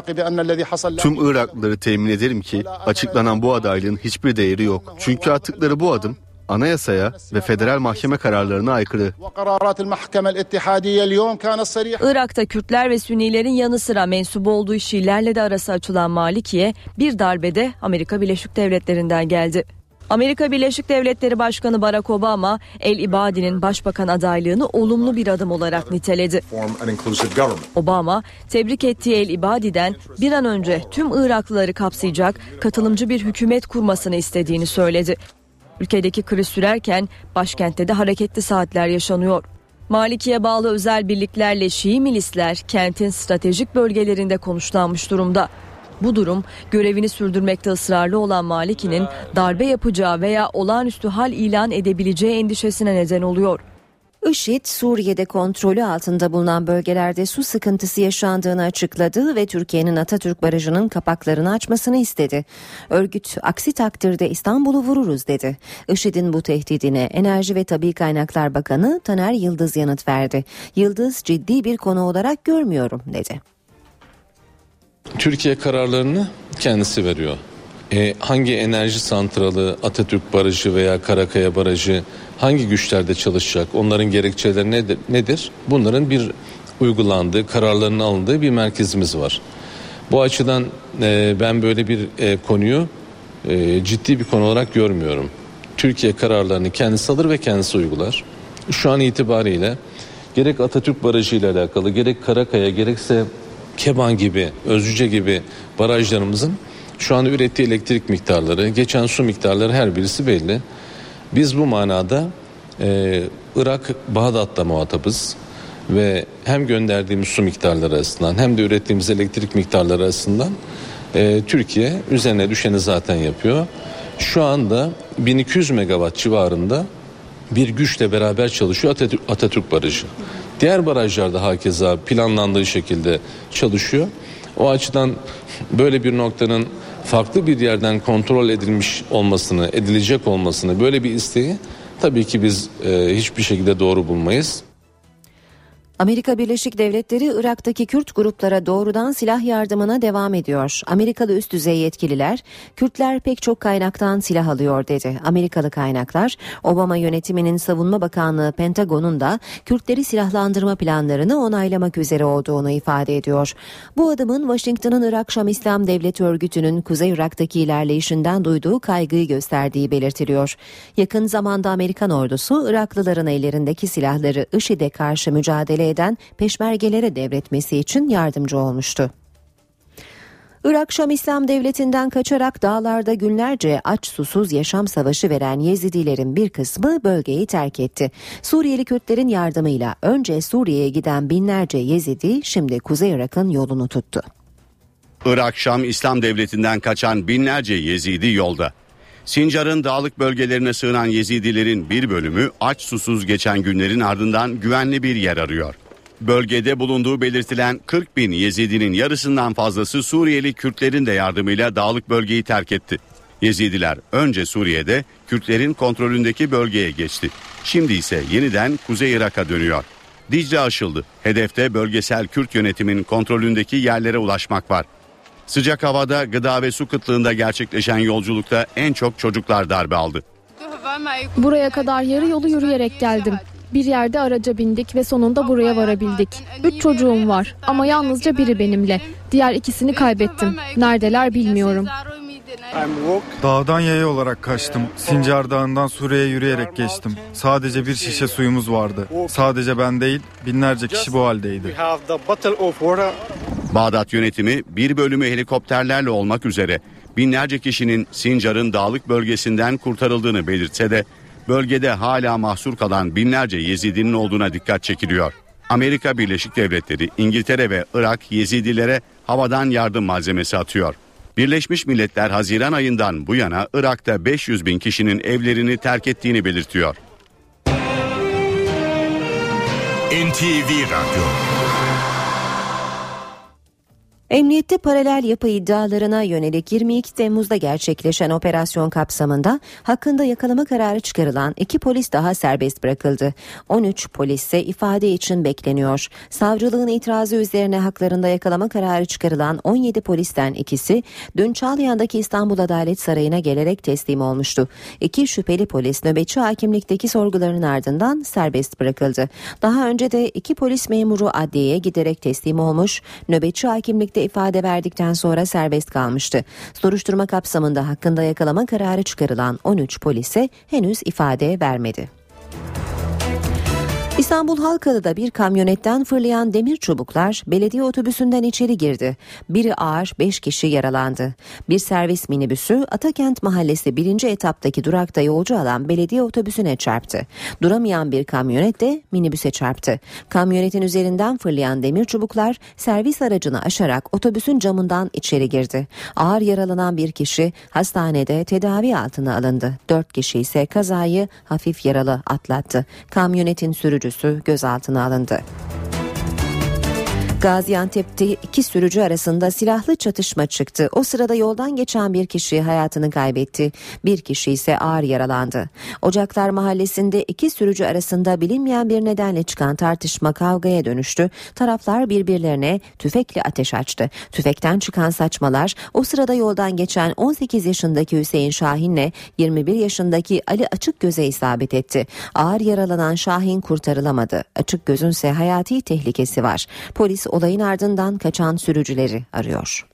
Tüm Iraklıları temin ederim ki açıklanan bu adaylığın hiçbir değeri yok. Çünkü attıkları bu adım anayasaya ve federal mahkeme kararlarına aykırı. Irak'ta Kürtler ve Sünnilerin yanı sıra mensup olduğu Şiilerle de arası açılan Maliki'ye bir darbede Amerika Birleşik Devletleri'nden geldi. Amerika Birleşik Devletleri Başkanı Barack Obama, el-İbadi'nin başbakan adaylığını olumlu bir adım olarak niteledi. Obama, tebrik ettiği el-İbadi'den bir an önce tüm Iraklıları kapsayacak katılımcı bir hükümet kurmasını istediğini söyledi. Ülkedeki kriz sürerken başkentte de hareketli saatler yaşanıyor. Maliki'ye bağlı özel birliklerle Şii milisler kentin stratejik bölgelerinde konuşlanmış durumda. Bu durum görevini sürdürmekte ısrarlı olan Maliki'nin darbe yapacağı veya olağanüstü hal ilan edebileceği endişesine neden oluyor. IŞİD, Suriye'de kontrolü altında bulunan bölgelerde su sıkıntısı yaşandığını açıkladı ve Türkiye'nin Atatürk Barajı'nın kapaklarını açmasını istedi. Örgüt, aksi takdirde İstanbul'u vururuz dedi. IŞİD'in bu tehdidine Enerji ve Tabii Kaynaklar Bakanı Taner Yıldız yanıt verdi. Yıldız, ciddi bir konu olarak görmüyorum dedi. Türkiye kararlarını kendisi veriyor. Hangi enerji santralı, Atatürk Barajı veya Karakaya Barajı hangi güçlerde çalışacak, onların gerekçeleri nedir? Bunların bir uygulandığı, kararlarının alındığı bir merkezimiz var. Bu açıdan ben böyle bir konuyu ciddi bir konu olarak görmüyorum. Türkiye kararlarını kendisi alır ve kendisi uygular. Şu an itibariyle gerek Atatürk Barajı ile alakalı, gerek Karakaya, gerekse Keban gibi, Özcüce gibi barajlarımızın şu anda ürettiği elektrik miktarları, geçen su miktarları her birisi belli. Biz bu manada Irak, Bağdat'ta muhatabız ve hem gönderdiğimiz su miktarları arasından hem de ürettiğimiz elektrik miktarları arasından Türkiye üzerine düşeni zaten yapıyor. Şu anda 1200 megawatt civarında bir güçle beraber çalışıyor Atatürk Barajı. Diğer barajlarda hakeza planlandığı şekilde çalışıyor. O açıdan böyle bir noktanın farklı bir yerden kontrol edilmiş olmasını, edilecek olmasını, böyle bir isteği tabii ki biz hiçbir şekilde doğru bulmayız. Amerika Birleşik Devletleri Irak'taki Kürt gruplara doğrudan silah yardımına devam ediyor. Amerikalı üst düzey yetkililer, Kürtler pek çok kaynaktan silah alıyor dedi. Amerikalı kaynaklar, Obama yönetiminin Savunma Bakanlığı Pentagon'un da Kürtleri silahlandırma planlarını onaylamak üzere olduğunu ifade ediyor. Bu adımın Washington'ın Irak Şam İslam Devleti Örgütü'nün Kuzey Irak'taki ilerleyişinden duyduğu kaygıyı gösterdiği belirtiliyor. Yakın zamanda Amerikan ordusu Iraklıların ellerindeki silahları IŞİD'e karşı mücadele eden peşmergelere devretmesi için yardımcı olmuştu. Irak Şam İslam Devleti'nden kaçarak dağlarda günlerce aç susuz yaşam savaşı veren Yezidilerin bir kısmı bölgeyi terk etti. Suriyeli Kürtlerin yardımıyla önce Suriye'ye giden binlerce Yezidi şimdi Kuzey Irak'ın yolunu tuttu. Irak Şam İslam Devleti'nden kaçan binlerce Yezidi yolda. Sincar'ın dağlık bölgelerine sığınan Yezidilerin bir bölümü aç susuz geçen günlerin ardından güvenli bir yer arıyor. Bölgede bulunduğu belirtilen 40 bin Yezidinin yarısından fazlası Suriyeli Kürtlerin de yardımıyla dağlık bölgeyi terk etti. Yezidiler önce Suriye'de Kürtlerin kontrolündeki bölgeye geçti. Şimdi ise yeniden Kuzey Irak'a dönüyor. Dicle aşıldı. Hedefte bölgesel Kürt yönetimin kontrolündeki yerlere ulaşmak var. Sıcak havada, gıda ve su kıtlığında gerçekleşen yolculukta en çok çocuklar darbe aldı. Buraya kadar yarı yolu yürüyerek geldim. Bir yerde araca bindik ve sonunda buraya varabildik. 3 çocuğum var ama yalnızca biri benimle. Diğer ikisini kaybettim. Neredeler bilmiyorum. Dağdan yaya olarak kaçtım. Sincar Dağı'ndan Suriye'ye yürüyerek geçtim. Sadece bir şişe suyumuz vardı. Sadece ben değil, binlerce kişi bu haldeydi. Bağdat yönetimi bir bölümü helikopterlerle olmak üzere binlerce kişinin Sincar'ın dağlık bölgesinden kurtarıldığını belirtse de bölgede hala mahsur kalan binlerce Yezidinin olduğuna dikkat çekiliyor. Amerika Birleşik Devletleri, İngiltere ve Irak Yezidilere havadan yardım malzemesi atıyor. Birleşmiş Milletler Haziran ayından bu yana Irak'ta 500 bin kişinin evlerini terk ettiğini belirtiyor. NTV Radyo. Emniyette paralel yapı iddialarına yönelik 22 Temmuz'da gerçekleşen operasyon kapsamında hakkında yakalama kararı çıkarılan 2 polis daha serbest bırakıldı. 13 polis ise ifade için bekleniyor. Savcılığın itirazı üzerine haklarında yakalama kararı çıkarılan 17 polisten ikisi dün Çağlayan'daki İstanbul Adalet Sarayı'na gelerek teslim olmuştu. 2 şüpheli polis nöbetçi hakimlikteki sorguların ardından serbest bırakıldı. Daha önce de 2 polis memuru adliyeye giderek teslim olmuş, nöbetçi hakimlikte ifade verdikten sonra serbest kalmıştı. Soruşturma kapsamında hakkında yakalama kararı çıkarılan 13 polise henüz ifade vermedi. İstanbul Halkalı'da bir kamyonetten fırlayan demir çubuklar belediye otobüsünden içeri girdi. Biri ağır, 5 kişi yaralandı. Bir servis minibüsü Atakent Mahallesi 1. etaptaki durakta yolcu alan belediye otobüsüne çarptı. Duramayan bir kamyonet de minibüse çarptı. Kamyonetin üzerinden fırlayan demir çubuklar servis aracını aşarak otobüsün camından içeri girdi. Ağır yaralanan bir kişi hastanede tedavi altına alındı. 4 kişi ise kazayı hafif yaralı atlattı. Kamyonetin sürücüsü gözaltına alındı. Gaziantep'te 2 sürücü arasında silahlı çatışma çıktı. O sırada yoldan geçen bir kişi hayatını kaybetti. Bir kişi ise ağır yaralandı. Ocaklar Mahallesi'nde 2 sürücü arasında bilinmeyen bir nedenle çıkan tartışma kavgaya dönüştü. Taraflar birbirlerine tüfekle ateş açtı. Tüfekten çıkan saçmalar o sırada yoldan geçen 18 yaşındaki Hüseyin Şahin'le 21 yaşındaki Ali Açıkgöz'e isabet etti. Ağır yaralanan Şahin kurtarılamadı. Açıkgöz'ün ise hayati tehlikesi var. Polis olayın ardından kaçan sürücüleri arıyor.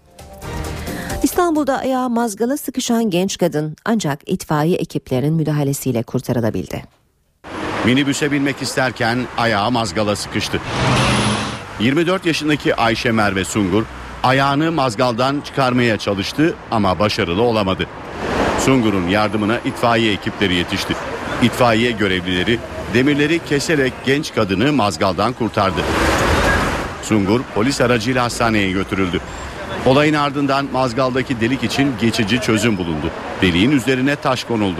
İstanbul'da ayağı mazgala sıkışan genç kadın ancak itfaiye ekiplerinin müdahalesiyle kurtarılabildi. Minibüse binmek isterken ayağı mazgala sıkıştı. 24 yaşındaki Ayşe Merve Sungur ayağını mazgaldan çıkarmaya çalıştı ama başarılı olamadı. Sungur'un yardımına itfaiye ekipleri yetişti. İtfaiye görevlileri demirleri keserek genç kadını mazgaldan kurtardı. Sungur polis aracıyla hastaneye götürüldü. Olayın ardından mazgaldaki delik için geçici çözüm bulundu. Deliğin üzerine taş konuldu.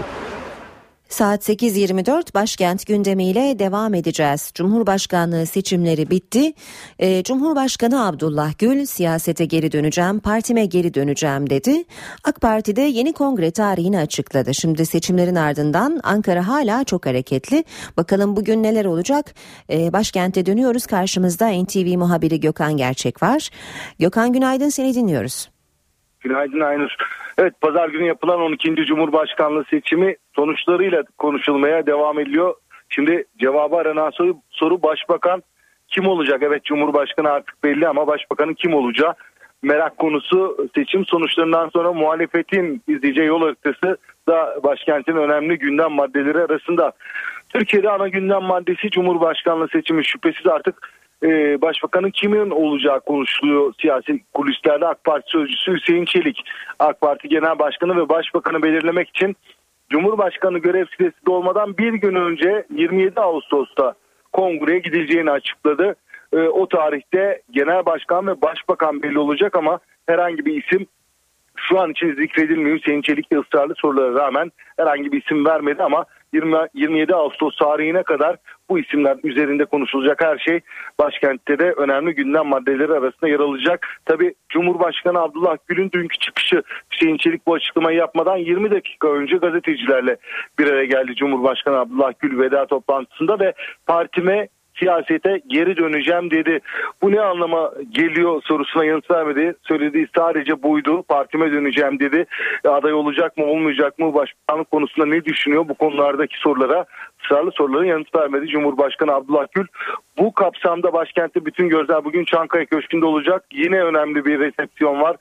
Saat 8.24 başkent gündemiyle devam edeceğiz. Cumhurbaşkanlığı seçimleri bitti. Cumhurbaşkanı Abdullah Gül siyasete geri döneceğim, partime geri döneceğim dedi. AK Parti'de yeni kongre tarihini açıkladı. Şimdi seçimlerin ardından Ankara hala çok hareketli. Bakalım bugün neler olacak? Başkente dönüyoruz. Karşımızda NTV muhabiri Gökhan Gerçek var. Gökhan günaydın, seni dinliyoruz. Günaydın Aynur. Evet, pazar günü yapılan 12. Cumhurbaşkanlığı seçimi sonuçlarıyla konuşulmaya devam ediliyor. Şimdi cevabı aranan soru başbakan kim olacak? Evet, Cumhurbaşkanı artık belli ama başbakanın kim olacağı merak konusu. Seçim sonuçlarından sonra muhalefetin izleyeceği yol haritası da başkentin önemli gündem maddeleri arasında. Türkiye'de ana gündem maddesi Cumhurbaşkanlığı seçimi, şüphesiz artık başbakanın kimin olacağı konuşuluyor siyasi kulislerde. AK Parti sözcüsü Hüseyin Çelik, AK Parti Genel Başkanı ve Başbakanı belirlemek için Cumhurbaşkanı görev süresi dolmadan bir gün önce 27 Ağustos'ta kongreye gidileceğini açıkladı. O tarihte Genel Başkan ve Başbakan belli olacak ama herhangi bir isim şu an için zikredilmiyor. Hüseyin Çelik de ısrarlı sorulara rağmen herhangi bir isim vermedi ama 27 Ağustos tarihine kadar bu isimler üzerinde konuşulacak her şey başkentte de önemli gündem maddeleri arasında yer alacak. Tabii Cumhurbaşkanı Abdullah Gül'ün dünkü çıkışı, Hüseyin Çelik bu açıklamayı yapmadan 20 dakika önce gazetecilerle bir araya geldi Cumhurbaşkanı Abdullah Gül veda toplantısında ve partime, siyasete geri döneceğim dedi. Bu ne anlama geliyor sorusuna yanıt vermedi. Söylediği sadece buydu. Partime döneceğim dedi. Aday olacak mı olmayacak mı, başbakanlık konusunda ne düşünüyor, bu konulardaki sorulara, ısrarlı sorulara yanıt vermedi Cumhurbaşkanı Abdullah Gül. Bu kapsamda başkentte bütün gözler bugün Çankaya Köşkü'nde olacak. Yine önemli bir resepsiyon var.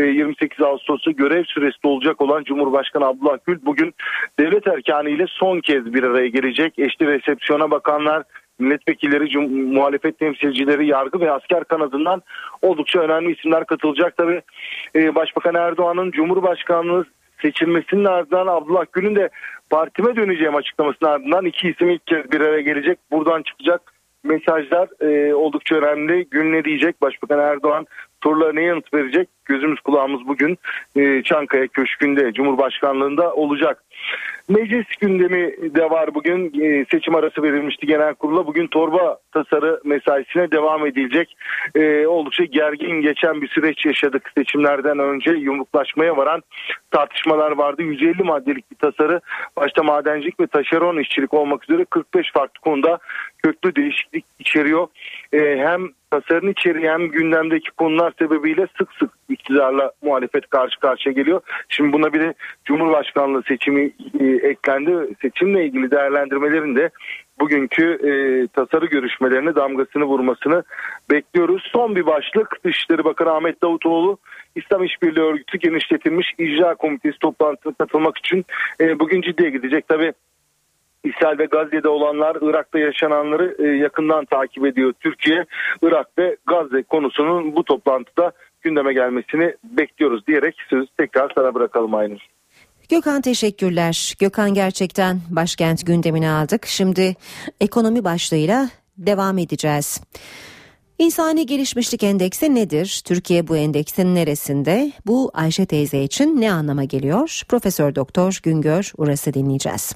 28 Ağustos'ta görev süresi olacak olan Cumhurbaşkanı Abdullah Gül bugün devlet erkanı ile son kez bir araya gelecek. Eşli resepsiyona bakanlar, milletvekilleri, muhalefet temsilcileri, yargı ve asker kanadından oldukça önemli isimler katılacak. Tabii Başbakan Erdoğan'ın Cumhurbaşkanlığı seçilmesinin ardından Abdullah Gül'ün de partime döneceğim açıklamasının ardından iki isim ilk kez bir araya gelecek. Buradan çıkacak mesajlar oldukça önemli. Gün ne diyecek? Başbakan Erdoğan sorularına yanıt verecek. Gözümüz kulağımız bugün Çankaya Köşkü'nde, Cumhurbaşkanlığında olacak. Meclis gündemi de var bugün. Seçim arası verilmişti genel kurula. Bugün torba tasarı mesaisine devam edilecek. Oldukça gergin geçen bir süreç yaşadık. Seçimlerden önce yumruklaşmaya varan tartışmalar vardı. 150 maddelik bir tasarı, başta madencilik ve taşeron işçilik olmak üzere 45 farklı konuda köklü değişiklik içeriyor. Hem tasarının içeriği hem gündemdeki konular sebebiyle sık sık iktidarla muhalefet karşı karşıya geliyor. Şimdi buna bir de Cumhurbaşkanlığı seçimi eklendi. Seçimle ilgili değerlendirmelerin de bugünkü tasarı görüşmelerine damgasını vurmasını bekliyoruz. Son bir başlık, Dışişleri Bakanı Ahmet Davutoğlu İslam İşbirliği Örgütü genişletilmiş icra komitesi toplantısına katılmak için bugün Ciddi'ye gidecek. Tabii İsrail ve Gazze'de olanlar, Irak'ta yaşananları yakından takip ediyor. Türkiye, Irak ve Gazze konusunun bu toplantıda gündeme gelmesini bekliyoruz diyerek sözü tekrar sana bırakalım Aynur. Gökhan teşekkürler. Gökhan, gerçekten başkent gündemine aldık. Şimdi ekonomi başlığıyla devam edeceğiz. İnsani Gelişmişlik Endeksi nedir? Türkiye bu endeksin neresinde? Bu Ayşe teyze için ne anlama geliyor? Profesör Doktor Güngör Uras'ı dinleyeceğiz.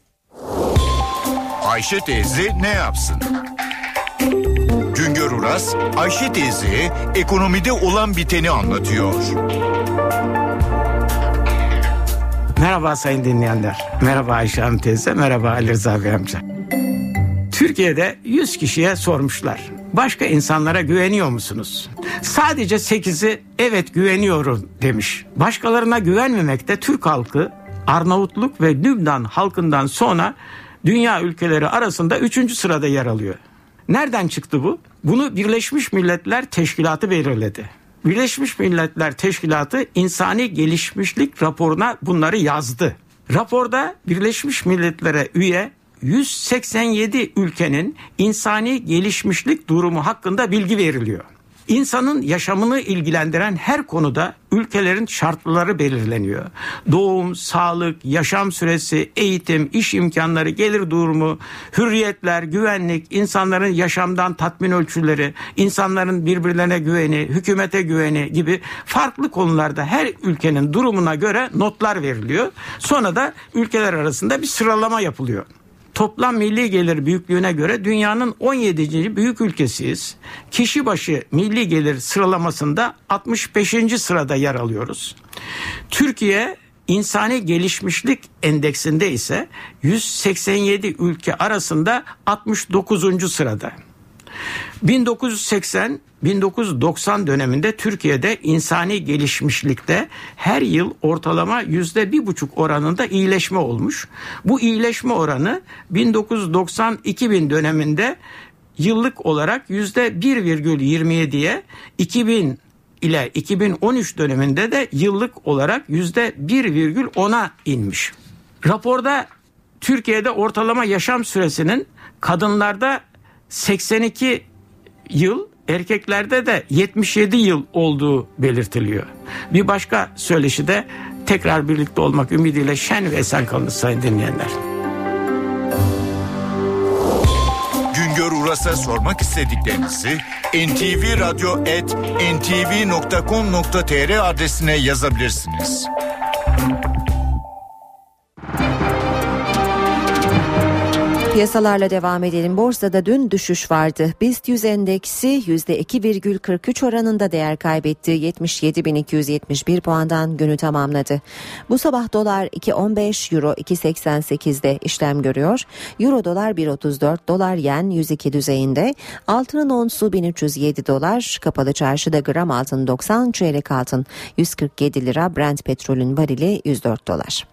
Ayşe teyze ne yapsın? Güngör Uras, Ayşe teyzeye ekonomide olan biteni anlatıyor. Merhaba sayın dinleyenler. Merhaba Ayşe Hanım teyze, merhaba Ali Rıza Bey amca. Türkiye'de 100 kişiye sormuşlar. Başka insanlara güveniyor musunuz? Sadece 8'i evet güveniyorum demiş. Başkalarına güvenmemekte Türk halkı Arnavutluk ve Lübnan halkından sonra dünya ülkeleri arasında 3. sırada yer alıyor. Nereden çıktı bu? Bunu Birleşmiş Milletler Teşkilatı belirledi. Birleşmiş Milletler Teşkilatı İnsani Gelişmişlik raporuna bunları yazdı. Raporda Birleşmiş Milletler'e üye 187 ülkenin insani gelişmişlik durumu hakkında bilgi veriliyor. İnsanın yaşamını ilgilendiren her konuda ülkelerin şartları belirleniyor. Doğum, sağlık, yaşam süresi, eğitim, iş imkanları, gelir durumu, hürriyetler, güvenlik, insanların yaşamdan tatmin ölçüleri, insanların birbirlerine güveni, hükümete güveni gibi farklı konularda her ülkenin durumuna göre notlar veriliyor. Sonra da ülkeler arasında bir sıralama yapılıyor. Toplam milli gelir büyüklüğüne göre dünyanın 17. büyük ülkesiyiz. Kişi başı milli gelir sıralamasında 65. sırada yer alıyoruz. Türkiye insani gelişmişlik endeksinde ise 187 ülke arasında 69. sırada. 1980-1990 döneminde Türkiye'de insani gelişmişlikte her yıl ortalama %1,5 oranında iyileşme olmuş. Bu iyileşme oranı 1990-2000 döneminde yıllık olarak %1,27'ye, 2000 ile 2013 döneminde de yıllık olarak %1,10'a inmiş. Raporda Türkiye'de ortalama yaşam süresinin kadınlarda 82 yıl, erkeklerde de 77 yıl olduğu belirtiliyor. Bir başka söyleşide tekrar birlikte olmak ümidiyle şen ve esen kalınız sayın dinleyenler. Güngör Uras'a sormak istediklerinizi ntvradyo@ntv.com.tr adresine yazabilirsiniz. Piyasalarla devam edelim. Borsada dün düşüş vardı. BIST 100 endeksi %2,43 oranında değer kaybetti. 77.271 puandan günü tamamladı. Bu sabah dolar 2.15, euro 2.88'de işlem görüyor. Euro dolar 1.34, dolar yen 102 düzeyinde. Altının onsu 1307 dolar. Kapalı çarşıda gram altın 90, çeyrek altın 147 lira. Brent petrolün varili 104 dolar.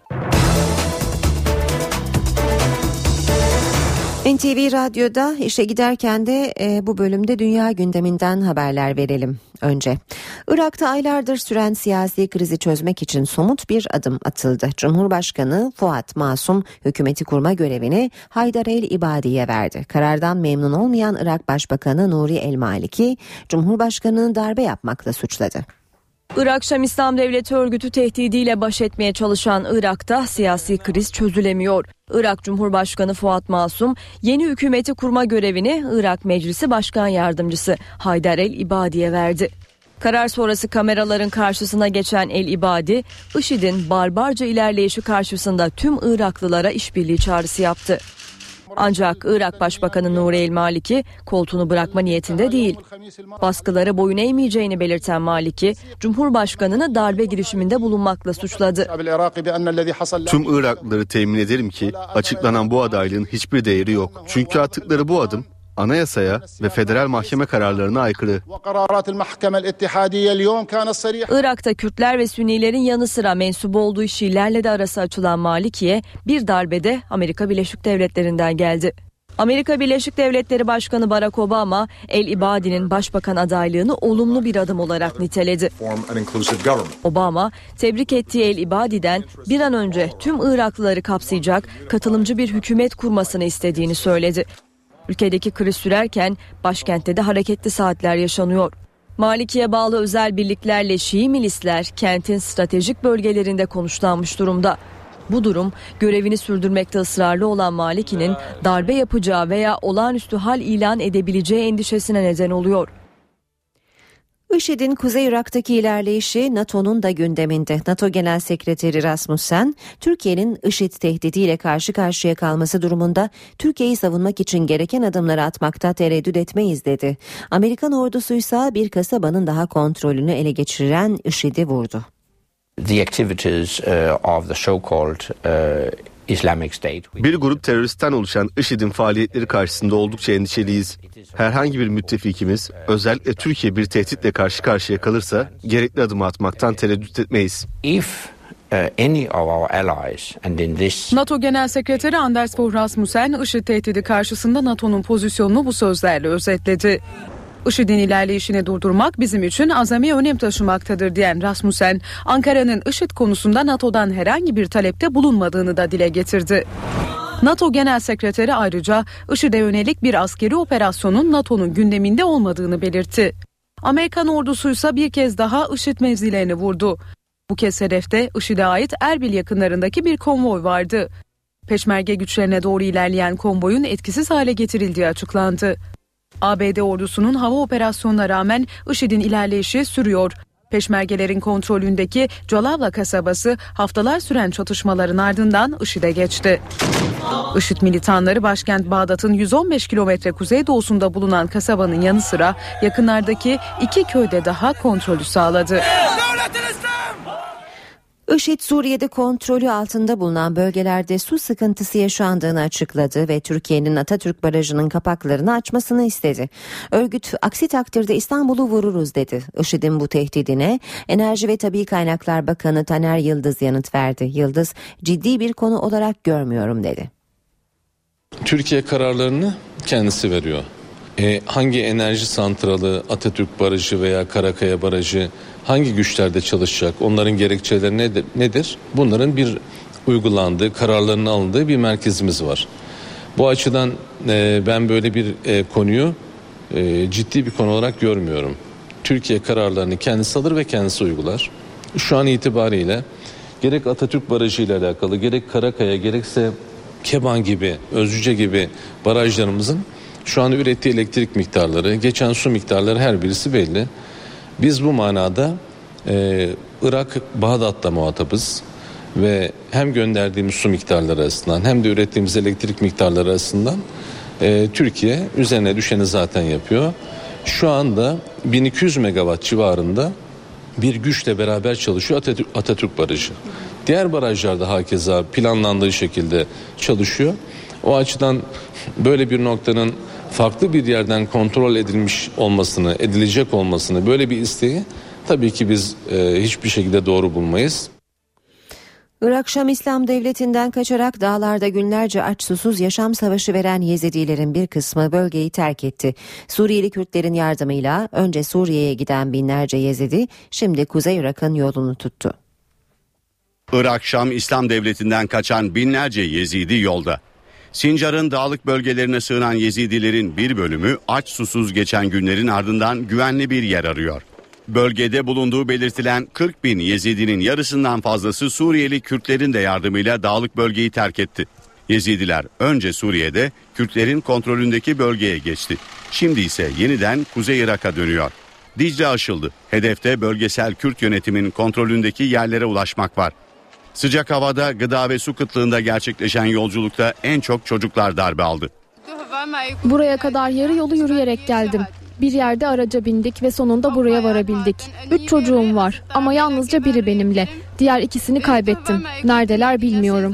NTV Radyo'da işe giderken de bu bölümde dünya gündeminden haberler verelim önce. Irak'ta aylardır süren siyasi krizi çözmek için somut bir adım atıldı. Cumhurbaşkanı Fuat Masum hükümeti kurma görevini Haydar el-İbadi'ye verdi. Karardan memnun olmayan Irak Başbakanı Nuri el-Maliki, Cumhurbaşkanı'nı darbe yapmakla suçladı. Irak Şam İslam Devleti örgütü tehdidiyle baş etmeye çalışan Irak'ta siyasi kriz çözülemiyor. Irak Cumhurbaşkanı Fuat Masum yeni hükümeti kurma görevini Irak Meclisi Başkan Yardımcısı Haydar el-İbadi'ye verdi. Karar sonrası kameraların karşısına geçen el-İbadi, IŞİD'in barbarca ilerleyişi karşısında tüm Iraklılara işbirliği çağrısı yaptı. Ancak Irak Başbakanı Nuri el-Maliki koltuğunu bırakma niyetinde değil. Baskılara boyun eğmeyeceğini belirten Maliki, Cumhurbaşkanı'nı darbe girişiminde bulunmakla suçladı. Tüm Iraklıları temin ederim ki açıklanan bu adaylığın hiçbir değeri yok. Çünkü attıkları bu adım anayasaya ve federal mahkeme kararlarına aykırı. Irak'ta Kürtler ve Sünnilerin yanı sıra mensup olduğu Şiilerle de arası açılan Maliki'ye bir darbede Amerika Birleşik Devletleri'nden geldi. Amerika Birleşik Devletleri Başkanı Barack Obama, El Ibadi'nin başbakan adaylığını olumlu bir adım olarak niteledi. Obama, tebrik ettiği El Ibadi'den bir an önce tüm Iraklıları kapsayacak katılımcı bir hükümet kurmasını istediğini söyledi. Ülkedeki kriz sürerken başkentte de hareketli saatler yaşanıyor. Maliki'ye bağlı özel birliklerle Şii milisler kentin stratejik bölgelerinde konuşlanmış durumda. Bu durum görevini sürdürmekte ısrarlı olan Maliki'nin darbe yapacağı veya olağanüstü hal ilan edebileceği endişesine neden oluyor. IŞİD'in Kuzey Irak'taki ilerleyişi NATO'nun da gündeminde. NATO Genel Sekreteri Rasmussen, Türkiye'nin IŞİD tehdidiyle karşı karşıya kalması durumunda Türkiye'yi savunmak için gereken adımları atmakta tereddüt etmeyiz dedi. Amerikan ordusuysa bir kasabanın daha kontrolünü ele geçiren IŞİD'i vurdu. The activities of the so-called Islamic State. Bir grup teröristten oluşan IŞİD'in faaliyetleri karşısında oldukça endişeliyiz. Herhangi bir müttefikimiz, özellikle Türkiye bir tehditle karşı karşıya kalırsa gerekli adımı atmaktan tereddüt etmeyiz. NATO Genel Sekreteri Anders Fogh Rasmussen, IŞİD tehdidi karşısında NATO'nun pozisyonunu bu sözlerle özetledi. IŞİD'in ilerleyişini durdurmak bizim için azami önem taşımaktadır diyen Rasmussen, Ankara'nın IŞİD konusunda NATO'dan herhangi bir talepte bulunmadığını da dile getirdi. NATO Genel Sekreteri ayrıca IŞİD'e yönelik bir askeri operasyonun NATO'nun gündeminde olmadığını belirtti. Amerikan ordusuysa bir kez daha IŞİD mevzilerini vurdu. Bu kez hedefte IŞİD'e ait Erbil yakınlarındaki bir konvoy vardı. Peşmerge güçlerine doğru ilerleyen konvoyun etkisiz hale getirildiği açıklandı. ABD ordusunun hava operasyonuna rağmen IŞİD'in ilerleyişi sürüyor. Peşmergelerin kontrolündeki Calavla kasabası haftalar süren çatışmaların ardından IŞİD'e geçti. IŞİD militanları başkent Bağdat'ın 115 kilometre kuzeydoğusunda bulunan kasabanın yanı sıra yakınlardaki 2 köyde daha kontrolü sağladı. IŞİD Suriye'de kontrolü altında bulunan bölgelerde su sıkıntısı yaşandığını açıkladı ve Türkiye'nin Atatürk Barajı'nın kapaklarını açmasını istedi. Örgüt aksi takdirde İstanbul'u vururuz dedi. IŞİD'in bu tehdidine Enerji ve Tabii Kaynaklar Bakanı Taner Yıldız yanıt verdi. Yıldız, ciddi bir konu olarak görmüyorum dedi. Türkiye kararlarını kendisi veriyor. Hangi enerji santralı, Atatürk Barajı veya Karakaya Barajı hangi güçlerde çalışacak, onların gerekçeleri nedir? Bunların bir uygulandığı, kararlarının alındığı bir merkezimiz var. Bu açıdan ben böyle bir konuyu ciddi bir konu olarak görmüyorum. Türkiye kararlarını kendisi alır ve kendisi uygular. Şu an itibariyle gerek Atatürk Barajı ile alakalı, gerek Karakaya, gerekse Keban gibi, Özcüce gibi barajlarımızın şu an ürettiği elektrik miktarları, geçen su miktarları her birisi belli. Biz bu manada Irak, Bağdat'la muhatabız ve hem gönderdiğimiz su miktarları arasından hem de ürettiğimiz elektrik miktarları arasından Türkiye üzerine düşeni zaten yapıyor. Şu anda 1200 megawatt civarında bir güçle beraber çalışıyor Atatürk Barajı. Diğer barajlarda hakeza planlandığı şekilde çalışıyor. O açıdan böyle bir noktanın farklı bir yerden kontrol edilmiş olmasını, edilecek olmasını, böyle bir isteği tabii ki biz hiçbir şekilde doğru bulmayız. Irak Şam İslam Devleti'nden kaçarak dağlarda günlerce aç susuz yaşam savaşı veren Yezidilerin bir kısmı bölgeyi terk etti. Suriyeli Kürtlerin yardımıyla önce Suriye'ye giden binlerce Yezidi şimdi Kuzey Irak'ın yolunu tuttu. Irak Şam İslam Devleti'nden kaçan binlerce Yezidi yolda. Sincar'ın dağlık bölgelerine sığınan Yezidilerin bir bölümü aç susuz geçen günlerin ardından güvenli bir yer arıyor. Bölgede bulunduğu belirtilen 40 bin Yezidinin yarısından fazlası Suriyeli Kürtlerin de yardımıyla dağlık bölgeyi terk etti. Yezidiler önce Suriye'de Kürtlerin kontrolündeki bölgeye geçti. Şimdi ise yeniden Kuzey Irak'a dönüyor. Dicle aşıldı. Hedefte bölgesel Kürt yönetimin kontrolündeki yerlere ulaşmak var. Sıcak havada, gıda ve su kıtlığında gerçekleşen yolculukta en çok çocuklar darbe aldı. Buraya kadar yarı yolu yürüyerek geldim. Bir yerde araca bindik ve sonunda buraya varabildik. 3 çocuğum var ama yalnızca biri benimle. Diğer ikisini kaybettim. Neredeler bilmiyorum.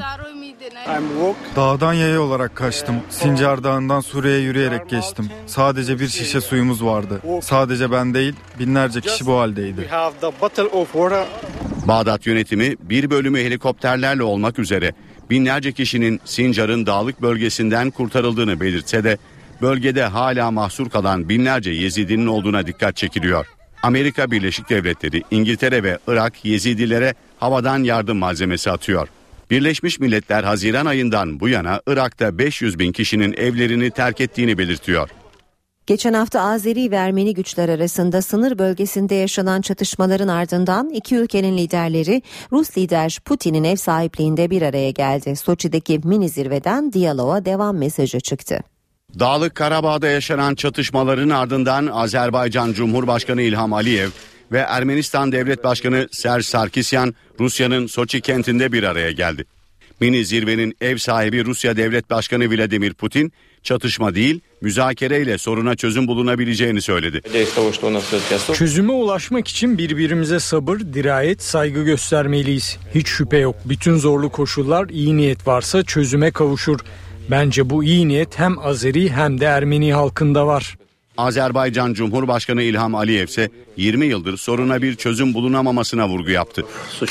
Dağdan yaya olarak kaçtım. Sincar Dağı'ndan Suriye'ye yürüyerek geçtim. Sadece bir şişe suyumuz vardı. Sadece ben değil, binlerce kişi bu haldeydi. Bağdat yönetimi bir bölümü helikopterlerle olmak üzere binlerce kişinin Sincar'ın dağlık bölgesinden kurtarıldığını belirtse de bölgede hala mahsur kalan binlerce Yezidinin olduğuna dikkat çekiliyor. Amerika Birleşik Devletleri, İngiltere ve Irak Yezidilere havadan yardım malzemesi atıyor. Birleşmiş Milletler Haziran ayından bu yana Irak'ta 500 bin kişinin evlerini terk ettiğini belirtiyor. Geçen hafta Azeri ve Ermeni güçler arasında sınır bölgesinde yaşanan çatışmaların ardından iki ülkenin liderleri Rus lider Putin'in ev sahipliğinde bir araya geldi. Soçi'deki mini zirveden diyaloğa devam mesajı çıktı. Dağlık Karabağ'da yaşanan çatışmaların ardından Azerbaycan Cumhurbaşkanı İlham Aliyev ve Ermenistan Devlet Başkanı Serj Sarkisyan Rusya'nın Soçi kentinde bir araya geldi. Mini zirvenin ev sahibi Rusya Devlet Başkanı Vladimir Putin, çatışma değil, müzakereyle soruna çözüm bulunabileceğini söyledi. Çözüme ulaşmak için birbirimize sabır, dirayet, saygı göstermeliyiz. Hiç şüphe yok. Bütün zorlu koşullar, iyi niyet varsa çözüme kavuşur. Bence bu iyi niyet hem Azeri hem de Ermeni halkında var. Azerbaycan Cumhurbaşkanı İlham Aliyev ise 20 yıldır soruna bir çözüm bulunamamasına vurgu yaptı.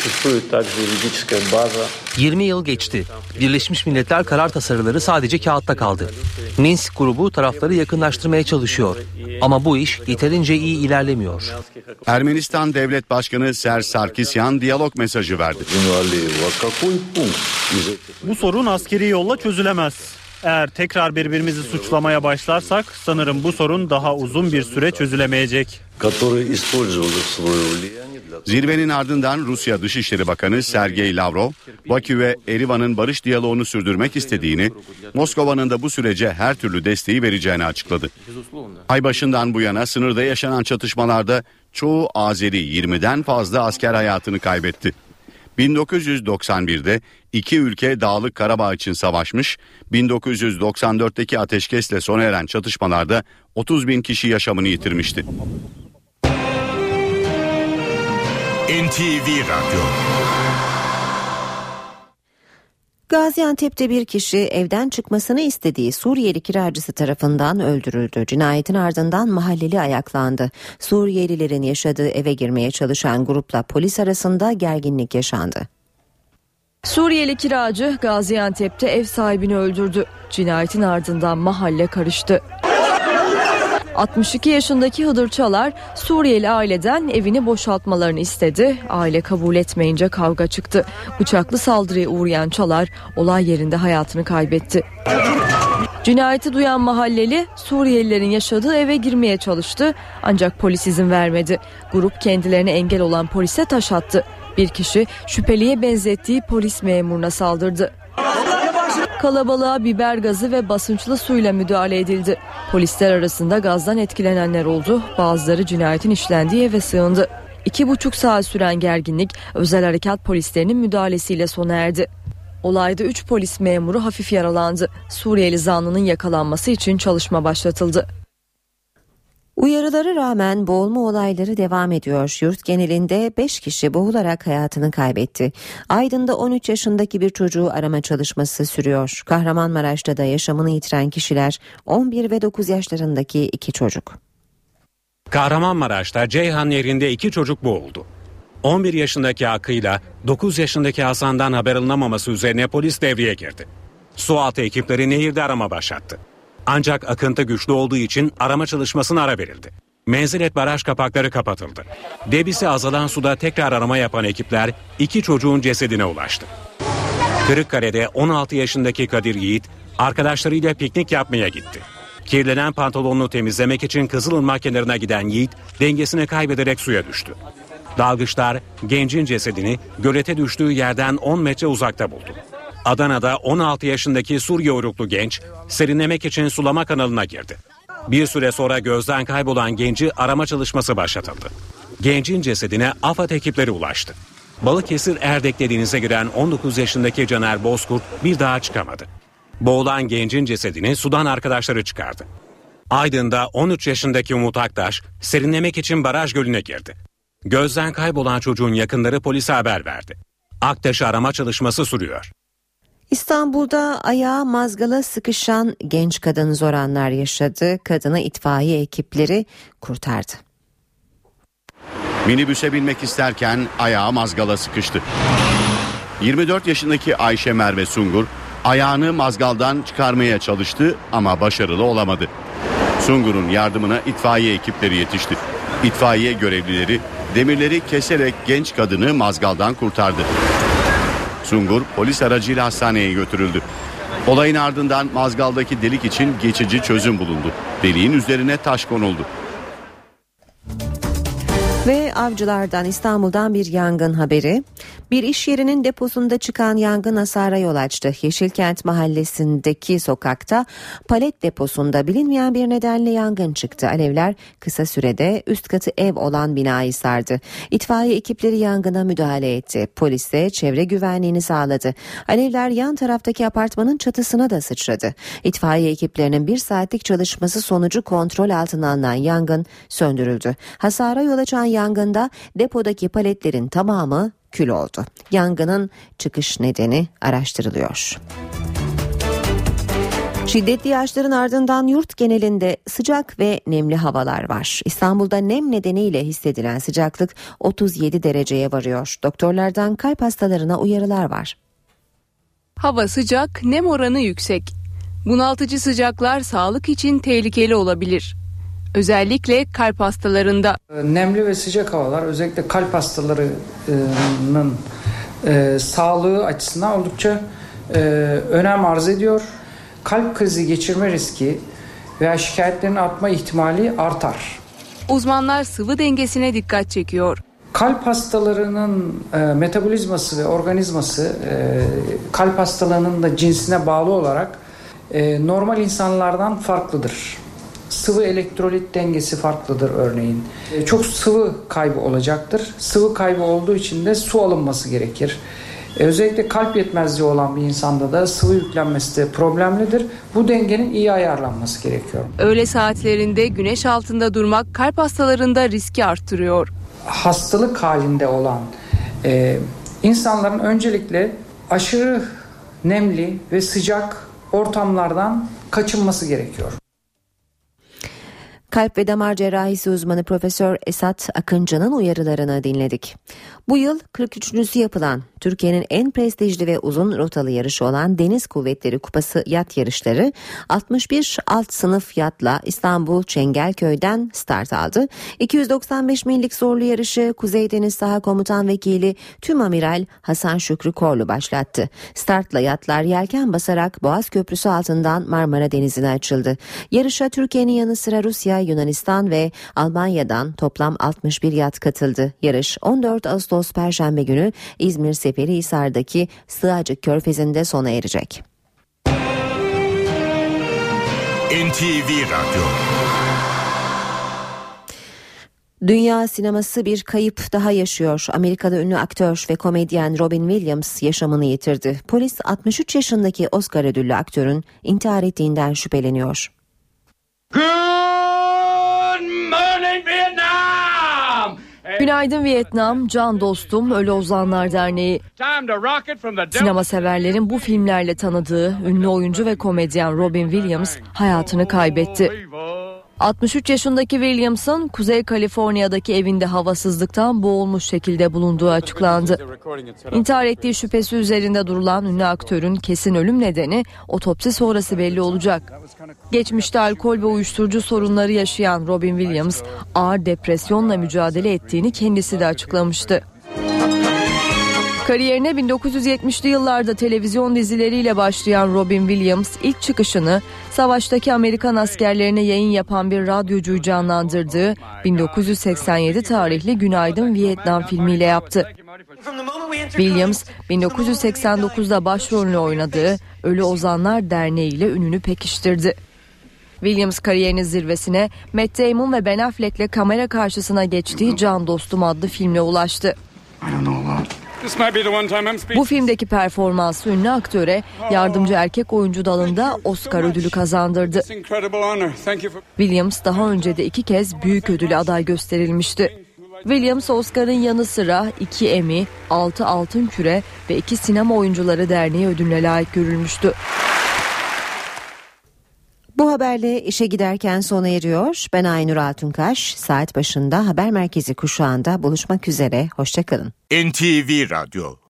20 yıl geçti. Birleşmiş Milletler karar tasarıları sadece kağıtta kaldı. Minsk grubu tarafları yakınlaştırmaya çalışıyor. Ama bu iş yeterince iyi ilerlemiyor. Ermenistan Devlet Başkanı Serj Sarkisyan diyalog mesajı verdi. Bu sorun askeri yolla çözülemez. Eğer tekrar birbirimizi suçlamaya başlarsak sanırım bu sorun daha uzun bir süre çözülemeyecek. Zirvenin ardından Rusya Dışişleri Bakanı Sergey Lavrov, Bakü ve Erivan'ın barış diyaloğunu sürdürmek istediğini, Moskova'nın da bu sürece her türlü desteği vereceğini açıkladı. Ay başından bu yana sınırda yaşanan çatışmalarda çoğu Azeri 20'den fazla asker hayatını kaybetti. 1991'de iki ülke Dağlık Karabağ için savaşmış, 1994'teki ateşkesle sona eren çatışmalarda 30 bin kişi yaşamını yitirmişti. NTV Radyo. Gaziantep'te bir kişi evden çıkmasını istediği Suriyeli kiracısı tarafından öldürüldü. Cinayetin ardından mahalleli ayaklandı. Suriyelilerin yaşadığı eve girmeye çalışan grupla polis arasında gerginlik yaşandı. Suriyeli kiracı Gaziantep'te ev sahibini öldürdü. Cinayetin ardından mahalle karıştı. 62 yaşındaki Hıdır Çalar Suriyeli aileden evini boşaltmalarını istedi. Aile kabul etmeyince kavga çıktı. Bıçaklı saldırıya uğrayan Çalar olay yerinde hayatını kaybetti. Cinayeti duyan mahalleli Suriyelilerin yaşadığı eve girmeye çalıştı ancak polis izin vermedi. Grup kendilerine engel olan polise taş attı. Bir kişi şüpheliye benzettiği polis memuruna saldırdı. Kalabalığa biber gazı ve basınçlı suyla müdahale edildi. Polisler arasında gazdan etkilenenler oldu. Bazıları cinayetin işlendiği eve sığındı. 2,5 saat süren gerginlik özel harekat polislerinin müdahalesiyle sona erdi. Olayda 3 polis memuru hafif yaralandı. Suriyeli zanlının yakalanması için çalışma başlatıldı. Uyarılara rağmen boğulma olayları devam ediyor. Yurt genelinde 5 kişi boğularak hayatını kaybetti. Aydın'da 13 yaşındaki bir çocuğu arama çalışması sürüyor. Kahramanmaraş'ta da yaşamını yitiren kişiler 11 ve 9 yaşlarındaki 2 çocuk. Kahramanmaraş'ta Ceyhan Nehri'nde 2 çocuk boğuldu. 11 yaşındaki Akı'yla 9 yaşındaki Hasan'dan haber alınamaması üzerine polis devreye girdi. Sualtı ekipleri nehirde arama başlattı. Ancak akıntı güçlü olduğu için arama çalışmasına ara verildi. Menzilet baraj kapakları kapatıldı. Debisi azalan suda tekrar arama yapan ekipler 2 çocuğun cesedine ulaştı. Kırıkkale'de 16 yaşındaki Kadir Yiğit arkadaşlarıyla piknik yapmaya gitti. Kirlenen pantolonunu temizlemek için Kızılırmak kenarına giden Yiğit dengesini kaybederek suya düştü. Dalgıçlar gencin cesedini gölete düştüğü yerden 10 metre uzakta buldu. Adana'da 16 yaşındaki Suriye uyruklu genç serinlemek için sulama kanalına girdi. Bir süre sonra gözden kaybolan genci arama çalışması başlatıldı. Gencin cesedine AFAD ekipleri ulaştı. Balıkesir Erdek'te denize giren 19 yaşındaki Caner Bozkurt bir daha çıkamadı. Boğulan gencin cesedini sudan arkadaşları çıkardı. Aydın'da 13 yaşındaki Umut Aktaş serinlemek için baraj gölüne girdi. Gözden kaybolan çocuğun yakınları polise haber verdi. Aktaş'ı arama çalışması sürüyor. İstanbul'da ayağı mazgala sıkışan genç kadın zor anlar yaşadı. Kadını itfaiye ekipleri kurtardı. Minibüse binmek isterken ayağı mazgala sıkıştı. 24 yaşındaki Ayşe Merve Sungur ayağını mazgaldan çıkarmaya çalıştı ama başarılı olamadı. Sungur'un yardımına itfaiye ekipleri yetişti. İtfaiye görevlileri demirleri keserek genç kadını mazgaldan kurtardı. Sungur polis aracıyla hastaneye götürüldü. Olayın ardından mazgaldaki delik için geçici çözüm bulundu. Deliğin üzerine taş konuldu. Ve Avcılar'dan, İstanbul'dan bir yangın haberi. Bir iş yerinin deposunda çıkan yangın hasara yol açtı. Yeşilkent mahallesindeki sokakta palet deposunda bilinmeyen bir nedenle yangın çıktı. Alevler kısa sürede üst katı ev olan binayı sardı. İtfaiye ekipleri yangına müdahale etti. Polis de çevre güvenliğini sağladı. Alevler yan taraftaki apartmanın çatısına da sıçradı. İtfaiye ekiplerinin 1 saatlik çalışması sonucu kontrol altına alınan yangın söndürüldü. Hasara yol açan yangında depodaki paletlerin tamamı kül oldu. Yangının çıkış nedeni araştırılıyor. Şiddetli yağışların ardından yurt genelinde sıcak ve nemli havalar var. İstanbul'da nem nedeniyle hissedilen sıcaklık 37 dereceye varıyor. Doktorlardan kalp hastalarına uyarılar var. Hava sıcak, nem oranı yüksek. Bunaltıcı sıcaklar sağlık için tehlikeli olabilir. Özellikle kalp hastalarında. Nemli ve sıcak havalar özellikle kalp hastalarının sağlığı açısından oldukça önem arz ediyor. Kalp krizi geçirme riski veya şikayetlerin artma ihtimali artar. Uzmanlar sıvı dengesine dikkat çekiyor. Kalp hastalarının metabolizması ve organizması kalp hastalığının da cinsine bağlı olarak normal insanlardan farklıdır. Sıvı elektrolit dengesi farklıdır örneğin. Çok sıvı kaybı olacaktır. Sıvı kaybı olduğu için de su alınması gerekir. Özellikle kalp yetmezliği olan bir insanda da sıvı yüklenmesi de problemlidir. Bu dengenin iyi ayarlanması gerekiyor. Öğle saatlerinde güneş altında durmak kalp hastalarında riski arttırıyor. Hastalık halinde olan insanların öncelikle aşırı nemli ve sıcak ortamlardan kaçınması gerekiyor. Kalp ve damar cerrahisi uzmanı Profesör Esat Akıncı'nın uyarılarını dinledik. Bu yıl 43.'sü yapılan Türkiye'nin en prestijli ve uzun rotalı yarışı olan Deniz Kuvvetleri Kupası yat yarışları 61 alt sınıf yatla İstanbul Çengelköy'den start aldı. 295 millik zorlu yarışı Kuzey Deniz Saha Komutan Vekili Tümamiral Hasan Şükrü Korlu başlattı. Startla yatlar yelken basarak Boğaz Köprüsü altından Marmara Denizi'ne açıldı. Yarışa Türkiye'nin yanı sıra Rusya, Yunanistan ve Almanya'dan toplam 61 yat katıldı. Yarış 14 Ağustos Perşembe günü İzmir Seferihisar'daki Sığacık Körfezi'nde sona erecek. NTV Radyo. Dünya sineması bir kayıp daha yaşıyor. Amerika'da ünlü aktör ve komedyen Robin Williams yaşamını yitirdi. Polis 63 yaşındaki Oscar ödüllü aktörün intihar ettiğinden şüpheleniyor. Günaydın Vietnam, Can Dostum, Ölü Ozanlar Derneği. Sinema severlerin bu filmlerle tanıdığı ünlü oyuncu ve komedyen Robin Williams hayatını kaybetti. 63 yaşındaki Williams'ın Kuzey Kaliforniya'daki evinde havasızlıktan boğulmuş şekilde bulunduğu açıklandı. İntihar ettiği şüphesi üzerinde durulan ünlü aktörün kesin ölüm nedeni otopsi sonrası belli olacak. Geçmişte alkol ve uyuşturucu sorunları yaşayan Robin Williams ağır depresyonla mücadele ettiğini kendisi de açıklamıştı. Kariyerine 1970'li yıllarda televizyon dizileriyle başlayan Robin Williams ilk çıkışını savaştaki Amerikan askerlerine yayın yapan bir radyocuyu canlandırdığı 1987 tarihli Günaydın Vietnam filmiyle yaptı. Williams 1989'da başrolünü oynadığı Ölü Ozanlar Derneği ile ününü pekiştirdi. Williams kariyerinin zirvesine Matt Damon ve Ben Affleck'le kamera karşısına geçtiği Can Dostum adlı filmle ulaştı. Bu filmdeki performansı ünlü aktöre yardımcı erkek oyuncu dalında Oscar ödülü kazandırdı. Williams daha önce de 2 kez büyük ödüle aday gösterilmişti. Williams Oscar'ın yanı sıra 2 Emmy, 6 Altın Küre ve 2 Sinema Oyuncuları Derneği ödülüne layık görülmüştü. Bu haberle işe giderken sona eriyor. Ben Aynur Altunkaş. Saat başında haber merkezi kuşağında buluşmak üzere. Hoşçakalın. NTV Radyo.